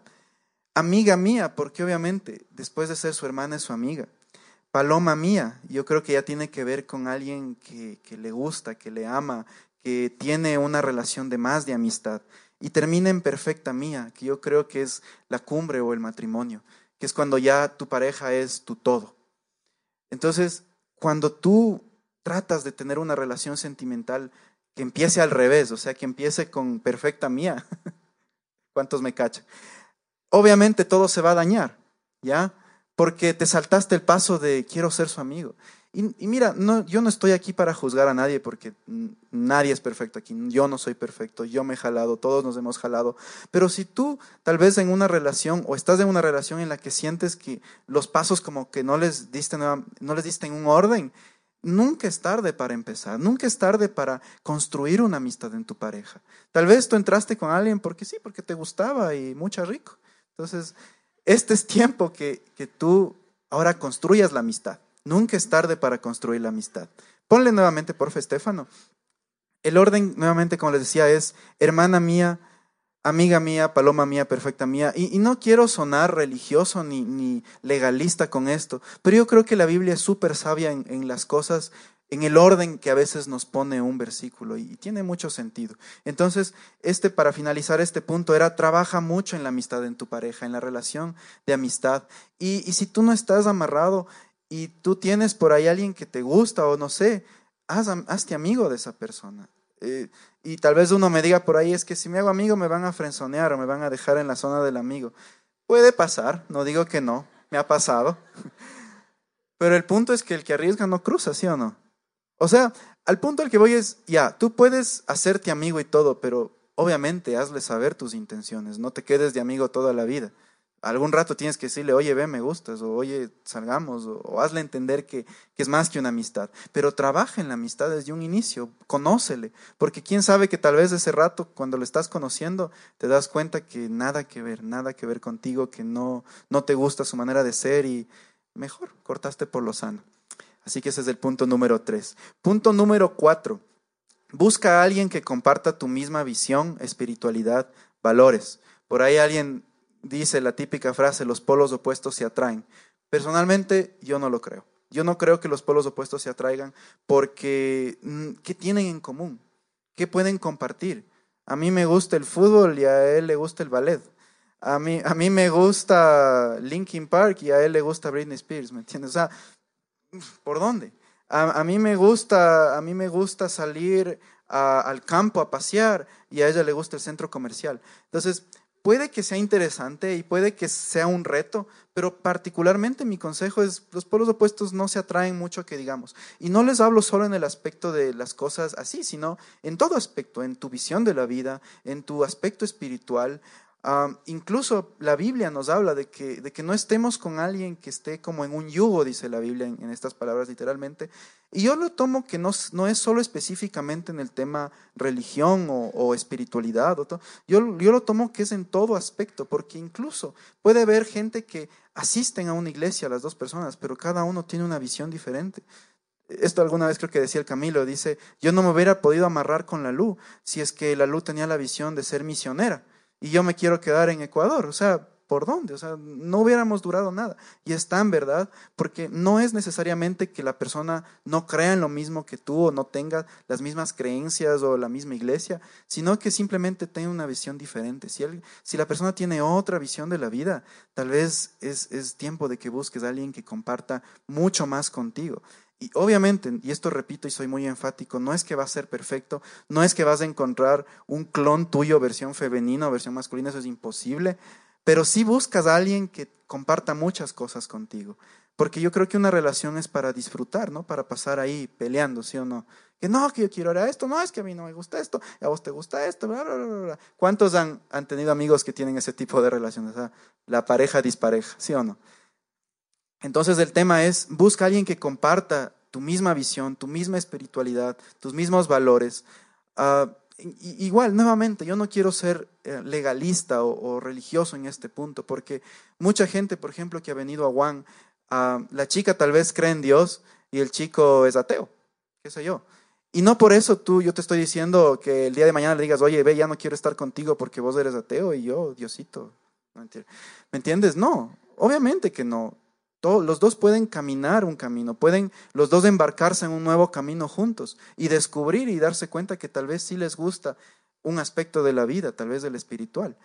Amiga mía, porque obviamente después de ser su hermana es su amiga. Paloma mía, yo creo que ya tiene que ver con alguien que, que le gusta, que le ama, que tiene una relación de más de amistad. Y termina en perfecta mía, que yo creo que es la cumbre o el matrimonio, que es cuando ya tu pareja es tu todo. Entonces, cuando tú tratas de tener una relación sentimental que empiece al revés, o sea, que empiece con perfecta mía, ¿cuántos me cachan? Obviamente todo se va a dañar, ¿ya? Porque te saltaste el paso de quiero ser su amigo. Y, y mira, no, yo no estoy aquí para juzgar a nadie porque nadie es perfecto aquí. Yo no soy perfecto, yo me he jalado, todos nos hemos jalado. Pero si tú tal vez en una relación o estás en una relación en la que sientes que los pasos como que no les diste, no les diste en un orden, nunca es tarde para empezar, nunca es tarde para construir una amistad en tu pareja. Tal vez tú entraste con alguien porque sí, porque te gustaba y mucha rico. Entonces, este es tiempo que, que tú ahora construyas la amistad. Nunca es tarde para construir la amistad. Ponle nuevamente, porfa, Estefano. El orden, nuevamente, como les decía, es hermana mía, amiga mía, paloma mía, perfecta mía. Y, y no quiero sonar religioso ni, ni legalista con esto, pero yo creo que la Biblia es súper sabia en, en las cosas, en el orden que a veces nos pone un versículo y, y tiene mucho sentido. Entonces, este, para finalizar este punto, era trabaja mucho en la amistad en tu pareja, en la relación de amistad. Y, y si tú no estás amarrado y tú tienes por ahí alguien que te gusta o no sé, haz, hazte amigo de esa persona. Eh, y tal vez uno me diga por ahí, es que si me hago amigo me van a frenzonear o me van a dejar en la zona del amigo. Puede pasar, no digo que no, me ha pasado. Pero el punto es que el que arriesga no cruza, ¿sí o no? O sea, al punto al que voy es, ya, tú puedes hacerte amigo y todo, pero obviamente hazle saber tus intenciones, no te quedes de amigo toda la vida. Algún rato tienes que decirle, oye, ve, me gustas, o oye, salgamos, o, o hazle entender que, que es más que una amistad. Pero trabaja en la amistad desde un inicio, conócele, porque quién sabe que tal vez ese rato, cuando lo estás conociendo, te das cuenta que nada que ver, nada que ver contigo, que no, no te gusta su manera de ser y mejor, cortaste por lo sano. Así que ese es el punto número tres. Punto número cuatro. Busca a alguien que comparta tu misma visión, espiritualidad, valores. Por ahí alguien dice la típica frase, los polos opuestos se atraen. Personalmente, yo no lo creo. Yo no creo que los polos opuestos se atraigan porque, ¿qué tienen en común? ¿Qué pueden compartir? A mí me gusta el fútbol y a él le gusta el ballet. a mí, a mí me gusta Linkin Park y a él le gusta Britney Spears, ¿me entiendes? O sea, ¿por dónde? A, a mí me gusta, a mí me gusta salir a, al campo a pasear y a ella le gusta el centro comercial. Entonces, puede que sea interesante y puede que sea un reto, pero particularmente mi consejo es, los polos opuestos no se atraen mucho, que digamos. Y no les hablo solo en el aspecto de las cosas así, sino en todo aspecto, en tu visión de la vida, en tu aspecto espiritual. Um, incluso la Biblia nos habla de que, de que no estemos con alguien que esté como en un yugo, dice la Biblia en, en estas palabras literalmente. Y yo lo tomo que no, no es solo específicamente en el tema religión o, o espiritualidad. O yo, yo lo tomo que es en todo aspecto, porque incluso puede haber gente que asisten a una iglesia, las dos personas, pero cada uno tiene una visión diferente. Esto alguna vez creo que decía el Camilo, dice, yo no me hubiera podido amarrar con la Lu si es que la Lu tenía la visión de ser misionera. Y yo me quiero quedar en Ecuador, o sea, ¿por dónde? O sea, no hubiéramos durado nada. Y es tan verdad, porque no es necesariamente que la persona no crea en lo mismo que tú o no tenga las mismas creencias o la misma iglesia, sino que simplemente tenga una visión diferente. Si, él, si la persona tiene otra visión de la vida, tal vez es, es tiempo de que busques a alguien que comparta mucho más contigo. Y obviamente, y esto repito y soy muy enfático, no es que va a ser perfecto, no es que vas a encontrar un clon tuyo versión femenina o versión masculina, eso es imposible, pero sí buscas a alguien que comparta muchas cosas contigo, porque yo creo que una relación es para disfrutar, ¿no? Para pasar ahí peleando, ¿sí o no? Que no, que yo quiero ahora esto, no, es que a mí no me gusta esto, a vos te gusta esto, bla, bla, bla, bla. ¿Cuántos han, han tenido amigos que tienen ese tipo de relaciones? O sea, la pareja dispareja, ¿sí o no? Entonces el tema es, busca a alguien que comparta tu misma visión, tu misma espiritualidad, tus mismos valores. Uh, igual, nuevamente, yo no quiero ser legalista o, o religioso en este punto, porque mucha gente, por ejemplo, que ha venido a Juan, uh, la chica tal vez cree en Dios y el chico es ateo, qué sé yo. Y no por eso tú, yo te estoy diciendo que el día de mañana le digas, oye, ve, ya no quiero estar contigo porque vos eres ateo y yo, Diosito. ¿Me entiendes? No, obviamente que no. Los dos pueden caminar un camino, pueden los dos embarcarse en un nuevo camino juntos y descubrir y darse cuenta que tal vez sí les gusta un aspecto de la vida, tal vez del espiritual.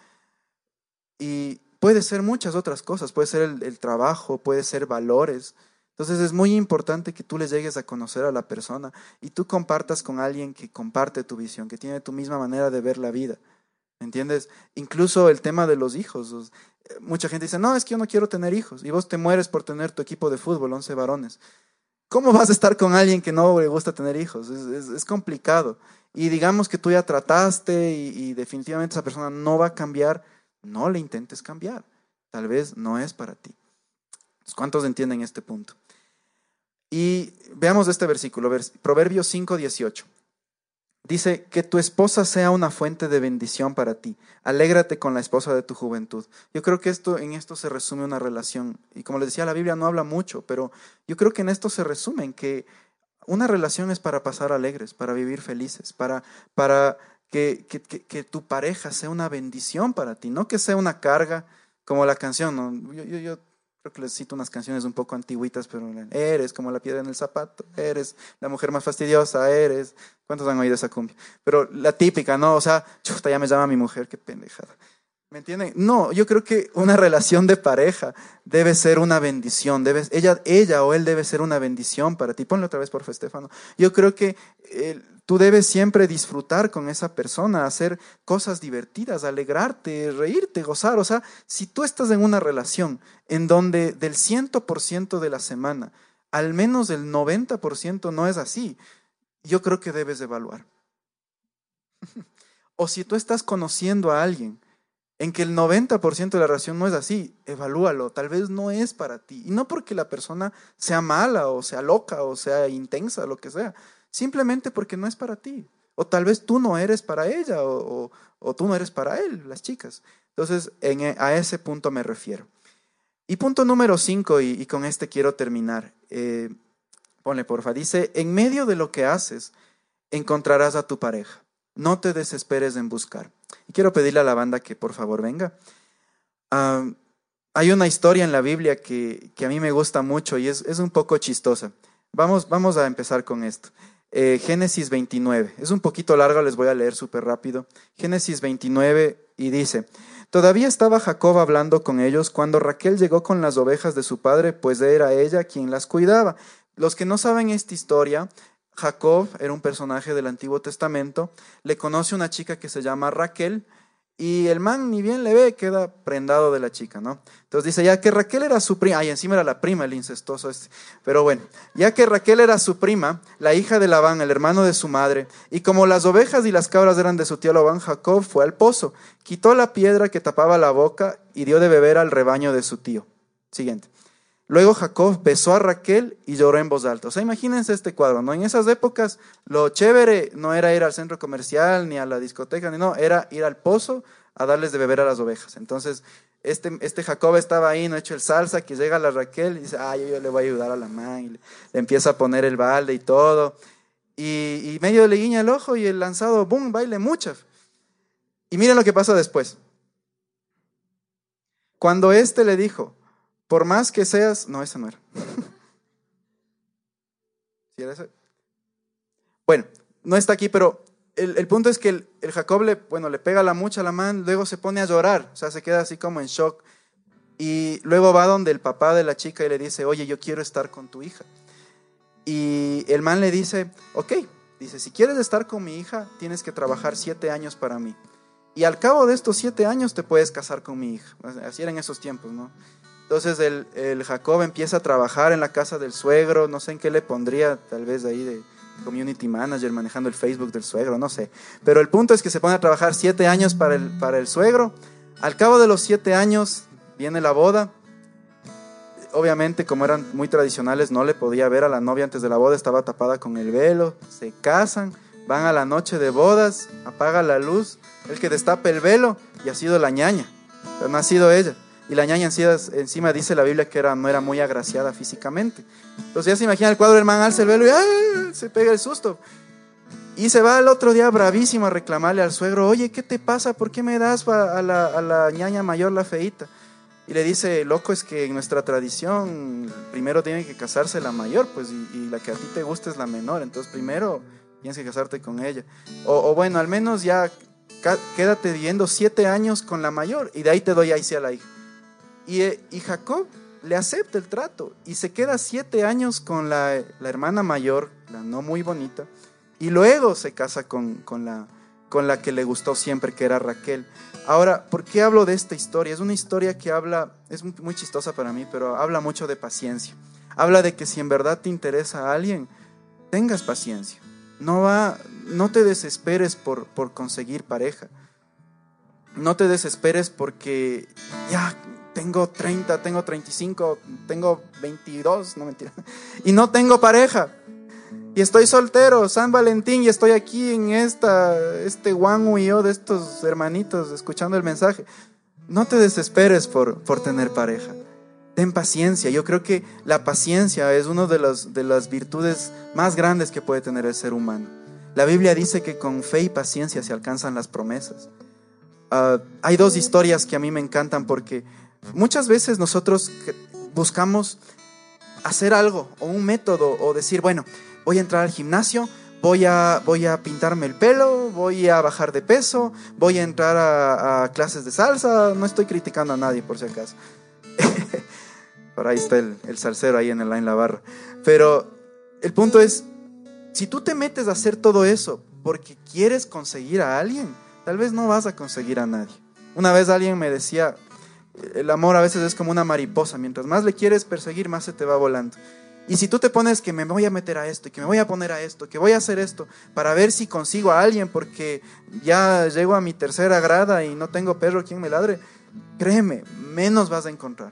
Y puede ser muchas otras cosas, puede ser el, el trabajo, puede ser valores. Entonces es muy importante que tú les llegues a conocer a la persona y tú compartas con alguien que comparte tu visión, que tiene tu misma manera de ver la vida. ¿Entiendes? Incluso el tema de los hijos. Mucha gente dice, no, es que yo no quiero tener hijos. Y vos te mueres por tener tu equipo de fútbol, once varones. ¿Cómo vas a estar con alguien que no le gusta tener hijos? Es, es, es complicado. Y digamos que tú ya trataste y, y definitivamente esa persona no va a cambiar. No le intentes cambiar. Tal vez no es para ti. ¿Cuántos entienden este punto? Y veamos este versículo, Proverbios cinco dieciocho. Dice, que tu esposa sea una fuente de bendición para ti. Alégrate con la esposa de tu juventud. Yo creo que esto, en esto se resume una relación. Y como les decía, la Biblia no habla mucho, pero yo creo que en esto se resume en que una relación es para pasar alegres, para vivir felices, para, para que, que, que, que tu pareja sea una bendición para ti, no que sea una carga, como la canción, ¿no? Yo, yo, yo creo que les cito unas canciones un poco antiguitas, pero eres como la piedra en el zapato, eres la mujer más fastidiosa, eres... ¿Cuántos han oído esa cumbia? Pero la típica, ¿no? O sea, chuta, ya me llama mi mujer, qué pendejada. ¿Me entienden? No, yo creo que una relación de pareja debe ser una bendición. Debe, ella, ella o él debe ser una bendición para ti. Ponlo otra vez, por favor, Estefano. Yo creo que eh, tú debes siempre disfrutar con esa persona, hacer cosas divertidas, alegrarte, reírte, gozar. O sea, si tú estás en una relación en donde del cien por ciento de la semana, al menos el noventa por ciento no es así, yo creo que debes evaluar. O si tú estás conociendo a alguien en que el noventa por ciento de la relación no es así, evalúalo, tal vez no es para ti. Y no porque la persona sea mala o sea loca o sea intensa, lo que sea, simplemente porque no es para ti. O tal vez tú no eres para ella o, o, o tú no eres para él, las chicas. Entonces, en, a ese punto me refiero. Y punto número cinco, y, y con este quiero terminar. Eh, ponle porfa, dice, en medio de lo que haces, encontrarás a tu pareja. No te desesperes en buscar. Y quiero pedirle a la banda que por favor venga. Uh, hay una historia en la Biblia que, que a mí me gusta mucho y es, es un poco chistosa. Vamos, vamos a empezar con esto. Eh, Génesis veintinueve. Es un poquito largo, les voy a leer súper rápido. Génesis veintinueve y dice, Todavía estaba Jacob hablando con ellos cuando Raquel llegó con las ovejas de su padre, pues era ella quien las cuidaba. Los que no saben esta historia, Jacob era un personaje del Antiguo Testamento, le conoce una chica que se llama Raquel, y el man ni bien le ve, queda prendado de la chica, ¿no? Entonces dice, ya que Raquel era su prima, ay, encima era la prima, el incestuoso este, pero bueno, ya que Raquel era su prima, la hija de Labán, el hermano de su madre, y como las ovejas y las cabras eran de su tío Labán, Jacob fue al pozo, quitó la piedra que tapaba la boca y dio de beber al rebaño de su tío. Siguiente. Luego Jacob besó a Raquel y lloró en voz alta. O sea, imagínense este cuadro, ¿no? En esas épocas lo chévere no era ir al centro comercial ni a la discoteca, ni no, era ir al pozo a darles de beber a las ovejas. Entonces, este, este Jacob estaba ahí, no hecho el salsa, que llega la Raquel y dice, ah, yo, yo le voy a ayudar a la man, y le, le empieza a poner el balde y todo. Y, y medio le guiña el ojo y el lanzado, boom, baile mucha. Y miren lo que pasa después. Cuando este le dijo, por más que seas... No, ese no era. ¿Sí era ese? Bueno, no está aquí, pero el, el punto es que el, el Jacob le, bueno, le pega la mucha a la man, luego se pone a llorar, o sea, se queda así como en shock. Y luego va donde el papá de la chica y le dice, oye, yo quiero estar con tu hija. Y el man le dice, ok, dice, si quieres estar con mi hija, tienes que trabajar siete años para mí. Y al cabo de estos siete años te puedes casar con mi hija. Así eran esos tiempos, ¿no? Entonces el, el Jacob empieza a trabajar en la casa del suegro, no sé en qué le pondría, tal vez ahí de community manager, manejando el Facebook del suegro, no sé. Pero el punto es que se pone a trabajar siete años para el, para el suegro. Al cabo de los siete años viene la boda. Obviamente, como eran muy tradicionales, no le podía ver a la novia antes de la boda, estaba tapada con el velo. Se casan, van a la noche de bodas, apaga la luz, el que destapa el velo y ha sido la ñaña, pero no ha sido ella. Y la ñaña encima dice la Biblia que era, no era muy agraciada físicamente. Entonces ya se imagina el cuadro, el man alza el velo y ¡ay! Se pega el susto. Y se va el otro día bravísimo a reclamarle al suegro, oye, ¿qué te pasa? ¿Por qué me das a la, a la ñaña mayor, la feíta? Y le dice, loco, es que en nuestra tradición primero tiene que casarse la mayor, pues, y, y la que a ti te gusta es la menor. Entonces primero tienes que casarte con ella. O, o bueno, al menos ya quédate viviendo siete años con la mayor y de ahí te doy ahí sí a la hija. Y, y Jacob le acepta el trato y se queda siete años con la, la hermana mayor, la no muy bonita, y luego se casa con, con, la, con la que le gustó siempre, que era Raquel. Ahora, ¿por qué hablo de esta historia? Es una historia que habla, es muy, muy chistosa para mí, pero habla mucho de paciencia. Habla de que si en verdad te interesa a alguien, tengas paciencia. No, va, no te desesperes por, por conseguir pareja. No te desesperes porque ya... Tengo treinta, tengo treinta y cinco, tengo veintidós, no mentira. Y no tengo pareja. Y estoy soltero, San Valentín, y estoy aquí en esta, este guangu y yo de estos hermanitos escuchando el mensaje. No te desesperes por, por tener pareja. Ten paciencia. Yo creo que la paciencia es una de, los, de las virtudes más grandes que puede tener el ser humano. La Biblia dice que con fe y paciencia se alcanzan las promesas. Uh, hay dos historias que a mí me encantan porque muchas veces nosotros buscamos hacer algo o un método o decir, bueno, voy a entrar al gimnasio, voy a, voy a pintarme el pelo, voy a bajar de peso, voy a entrar a, a clases de salsa. No estoy criticando a nadie por si acaso. Por ahí está el, el salsero ahí en, el, en la barra. Pero el punto es, si tú te metes a hacer todo eso porque quieres conseguir a alguien, tal vez no vas a conseguir a nadie. Una vez alguien me decía, el amor a veces es como una mariposa, mientras más le quieres perseguir, más se te va volando. Y si tú te pones que me voy a meter a esto, y que me voy a poner a esto, que voy a hacer esto, para ver si consigo a alguien, porque ya llego a mi tercera grada y no tengo perro quien me ladre, créeme, menos vas a encontrar.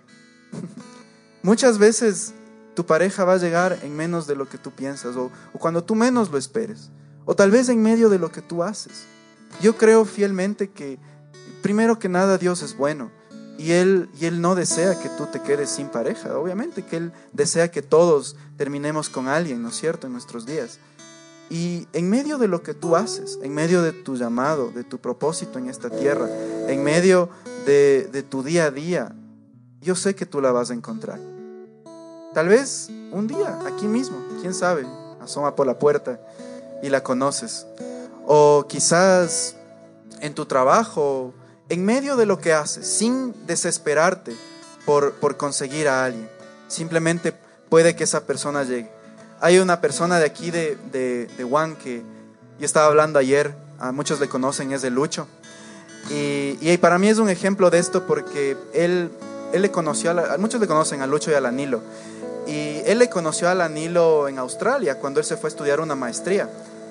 Muchas veces tu pareja va a llegar en menos de lo que tú piensas, o, o cuando tú menos lo esperes, o tal vez en medio de lo que tú haces. Yo creo fielmente que, primero que nada, Dios es bueno. Y él, y él no desea que tú te quedes sin pareja. Obviamente que Él desea que todos terminemos con alguien, ¿no es cierto?, en nuestros días. Y en medio de lo que tú haces, en medio de tu llamado, de tu propósito en esta tierra, en medio de, de tu día a día, yo sé que tú la vas a encontrar. Tal vez un día, aquí mismo, quién sabe, asoma por la puerta y la conoces. O quizás en tu trabajo, en medio de lo que haces, sin desesperarte por, por conseguir a alguien, simplemente puede que esa persona llegue. Hay una persona de aquí de, de, de Juan que yo estaba hablando ayer, a muchos le conocen, es de Lucho, y, y para mí es un ejemplo de esto porque él, él le conoció, a, la, a muchos le conocen a Lucho y a la Nilo, y él le conoció a la Nilo en Australia cuando él se fue a estudiar una maestría,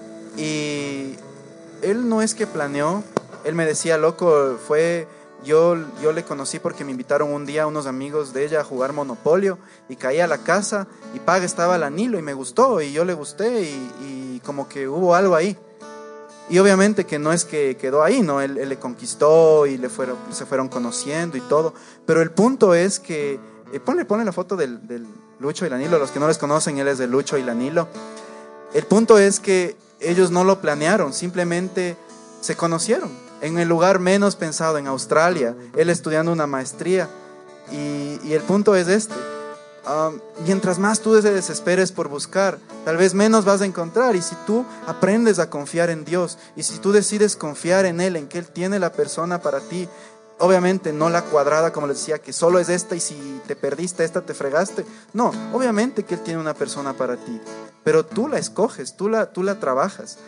y él no es que planeó. Él me decía, loco, fue, yo, yo le conocí porque me invitaron un día unos amigos de ella a jugar Monopolio y caí a la casa y paga estaba la Nilo y me gustó y yo le gusté y, y como que hubo algo ahí. Y obviamente que no es que quedó ahí, ¿no? Él, él le conquistó y le fueron, se fueron conociendo y todo. Pero el punto es que, eh, ponle, ponle la foto del, del Lucho y la Nilo, los que no les conocen, él es de Lucho y la Nilo. El punto es que ellos no lo planearon, simplemente se conocieron en el lugar menos pensado, en Australia, él estudiando una maestría. Y, y el punto es este, um, mientras más tú te desesperes por buscar, tal vez menos vas a encontrar. Y si tú aprendes a confiar en Dios, y si tú decides confiar en Él, en que Él tiene la persona para ti, obviamente no la cuadrada, como les decía, que solo es esta y si te perdiste esta te fregaste. No, obviamente que Él tiene una persona para ti, pero tú la escoges, tú la, tú la trabajas.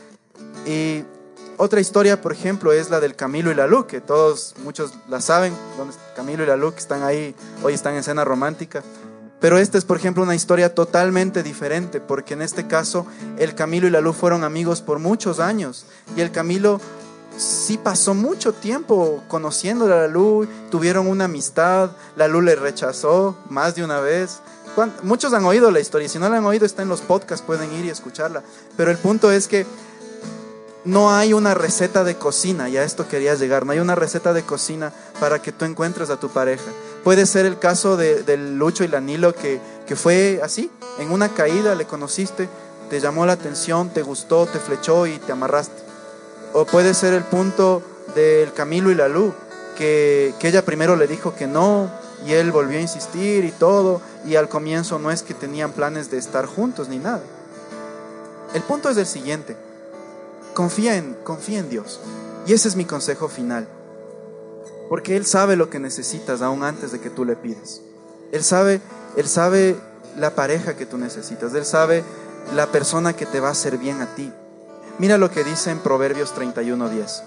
Y otra historia, por ejemplo, es la del Camilo y la Lu, que todos, muchos la saben, donde Camilo y la Lu que están ahí, hoy están en escena romántica. Pero esta es, por ejemplo, una historia totalmente diferente, porque en este caso el Camilo y la Lu fueron amigos por muchos años, y el Camilo sí pasó mucho tiempo conociendo a la Lu, tuvieron una amistad, la Lu le rechazó más de una vez. Muchos han oído la historia, y si no la han oído está en los podcasts, pueden ir y escucharla. Pero el punto es que no hay una receta de cocina, y a esto quería llegar, no hay una receta de cocina para que tú encuentres a tu pareja. Puede ser el caso de, de Lucho y la Nilo, que, que fue así, en una caída le conociste, te llamó la atención, te gustó, te flechó y te amarraste. O puede ser el punto del Camilo y la Lu, que, que ella primero le dijo que no, y él volvió a insistir y todo, y al comienzo no es que tenían planes de estar juntos ni nada. El punto es el siguiente: confía en, confía en Dios. Y ese es mi consejo final, porque Él sabe lo que necesitas aún antes de que tú le pidas. Él sabe, Él sabe la pareja que tú necesitas, Él sabe la persona que te va a hacer bien a ti. Mira lo que dice en Proverbios treinta y uno diez.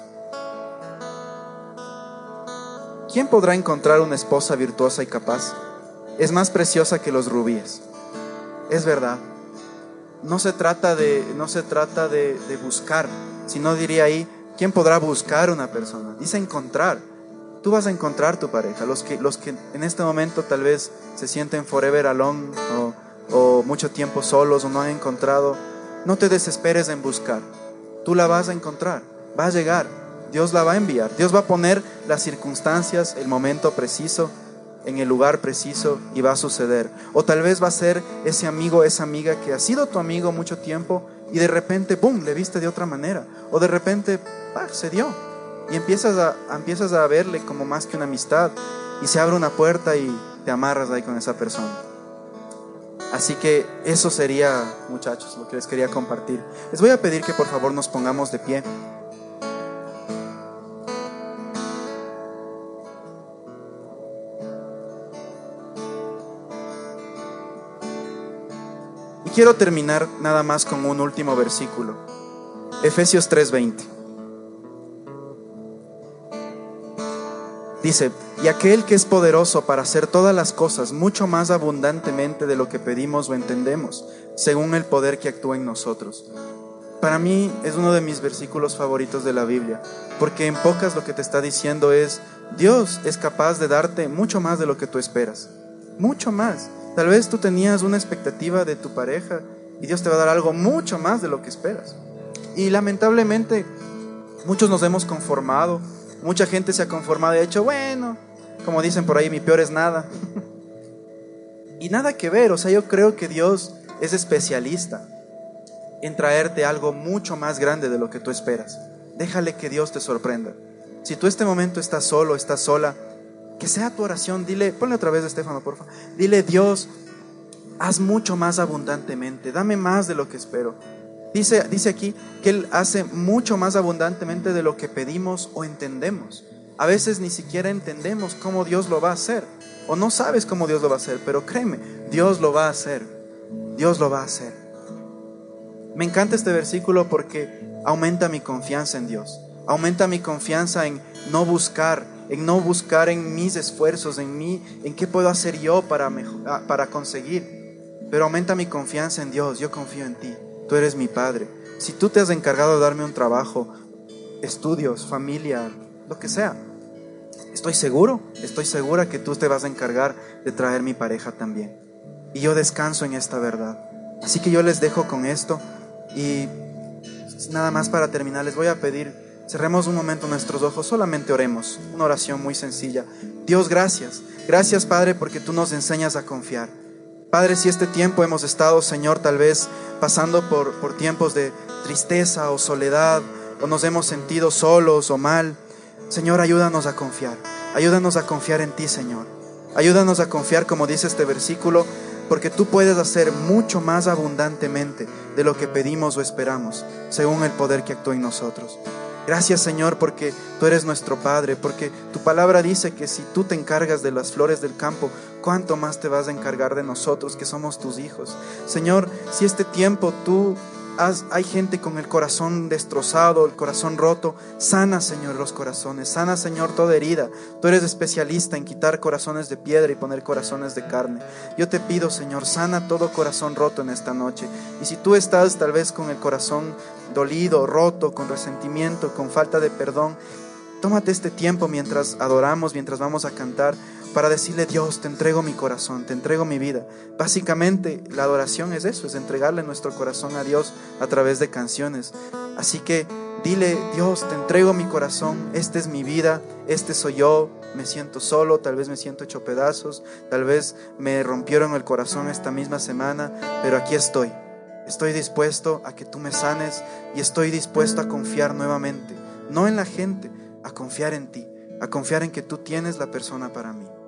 ¿Quién podrá encontrar una esposa virtuosa y capaz? Es más preciosa que los rubíes. Es verdad. No se trata de, no se trata de, de buscar, sino diría ahí, ¿quién podrá buscar una persona? Dice encontrar. Tú vas a encontrar tu pareja. Los que, los que en este momento tal vez se sienten forever alone o, o mucho tiempo solos o no han encontrado, no te desesperes en buscar. Tú la vas a encontrar, va a llegar, Dios la va a enviar, Dios va a poner las circunstancias, el momento preciso, en el lugar preciso, y va a suceder. O tal vez va a ser ese amigo, esa amiga que ha sido tu amigo mucho tiempo y de repente, boom, le viste de otra manera. O de repente, ¡pah!, se dio. Y empiezas a, empiezas a verle como más que una amistad, y se abre una puerta y te amarras ahí con esa persona. Así que eso sería, muchachos, lo que les quería compartir. Les voy a pedir que por favor nos pongamos de pie. Y quiero terminar nada más con un último versículo. Efesios tres veinte. Dice: y aquel que es poderoso para hacer todas las cosas mucho más abundantemente de lo que pedimos o entendemos, según el poder que actúa en nosotros. Para mí es uno de mis versículos favoritos de la Biblia, porque en pocas lo que te está diciendo es: Dios es capaz de darte mucho más de lo que tú esperas, mucho más. Tal vez tú tenías una expectativa de tu pareja y Dios te va a dar algo mucho más de lo que esperas. Y lamentablemente muchos nos hemos conformado. Mucha gente se ha conformado y ha dicho, bueno, como dicen por ahí, mi peor es nada. Y nada que ver. O sea, yo creo que Dios es especialista en traerte algo mucho más grande de lo que tú esperas. Déjale que Dios te sorprenda. Si tú este momento estás solo, estás sola, que sea tu oración. Dile, ponle otra vez, Estefano, por favor. Dile: Dios, haz mucho más abundantemente, dame más de lo que espero. Dice, dice aquí que Él hace mucho más abundantemente de lo que pedimos o entendemos. A veces ni siquiera entendemos cómo Dios lo va a hacer, o no sabes cómo Dios lo va a hacer, pero créeme, Dios lo va a hacer. Dios lo va a hacer. Me encanta este versículo porque aumenta mi confianza en Dios. Aumenta mi confianza en no buscar, en no buscar en mis esfuerzos, en mí, en qué puedo hacer yo para, mejor, para conseguir. Pero aumenta mi confianza en Dios. Yo confío en ti. Tú eres mi Padre. Si tú te has encargado de darme un trabajo, estudios, familia, lo que sea, estoy seguro, estoy segura que tú te vas a encargar de traer mi pareja también. Y yo descanso en esta verdad. Así que yo les dejo con esto. Y nada más para terminar, les voy a pedir, cerremos un momento nuestros ojos, solamente oremos, una oración muy sencilla. Dios, gracias, gracias Padre, porque tú nos enseñas a confiar. Padre, si este tiempo hemos estado, Señor, tal vez pasando por, por tiempos de tristeza o soledad, o nos hemos sentido solos o mal, Señor, ayúdanos a confiar, ayúdanos a confiar en ti, Señor. Ayúdanos a confiar, como dice este versículo, porque tú puedes hacer mucho más abundantemente de lo que pedimos o esperamos, según el poder que actúa en nosotros. Gracias, Señor, porque tú eres nuestro Padre, porque tu palabra dice que si tú te encargas de las flores del campo, ¿cuánto más te vas a encargar de nosotros, que somos tus hijos? Señor, si este tiempo tú has, hay gente con el corazón destrozado, el corazón roto, sana, Señor, los corazones, sana, Señor, toda herida. Tú eres especialista en quitar corazones de piedra y poner corazones de carne. Yo te pido, Señor, sana todo corazón roto en esta noche. Y si tú estás tal vez con el corazón dolido, roto, con resentimiento, con falta de perdón, tómate este tiempo mientras adoramos, mientras vamos a cantar, para decirle: Dios, te entrego mi corazón, te entrego mi vida. Básicamente la adoración es eso, es entregarle nuestro corazón a Dios a través de canciones. Así que dile: Dios, te entrego mi corazón, esta es mi vida, este soy yo, me siento solo, tal vez me siento hecho pedazos, tal vez me rompieron el corazón esta misma semana, pero aquí estoy. Estoy dispuesto a que tú me sanes y estoy dispuesto a confiar nuevamente, no en la gente, a confiar en ti, a confiar en que tú tienes la persona para mí.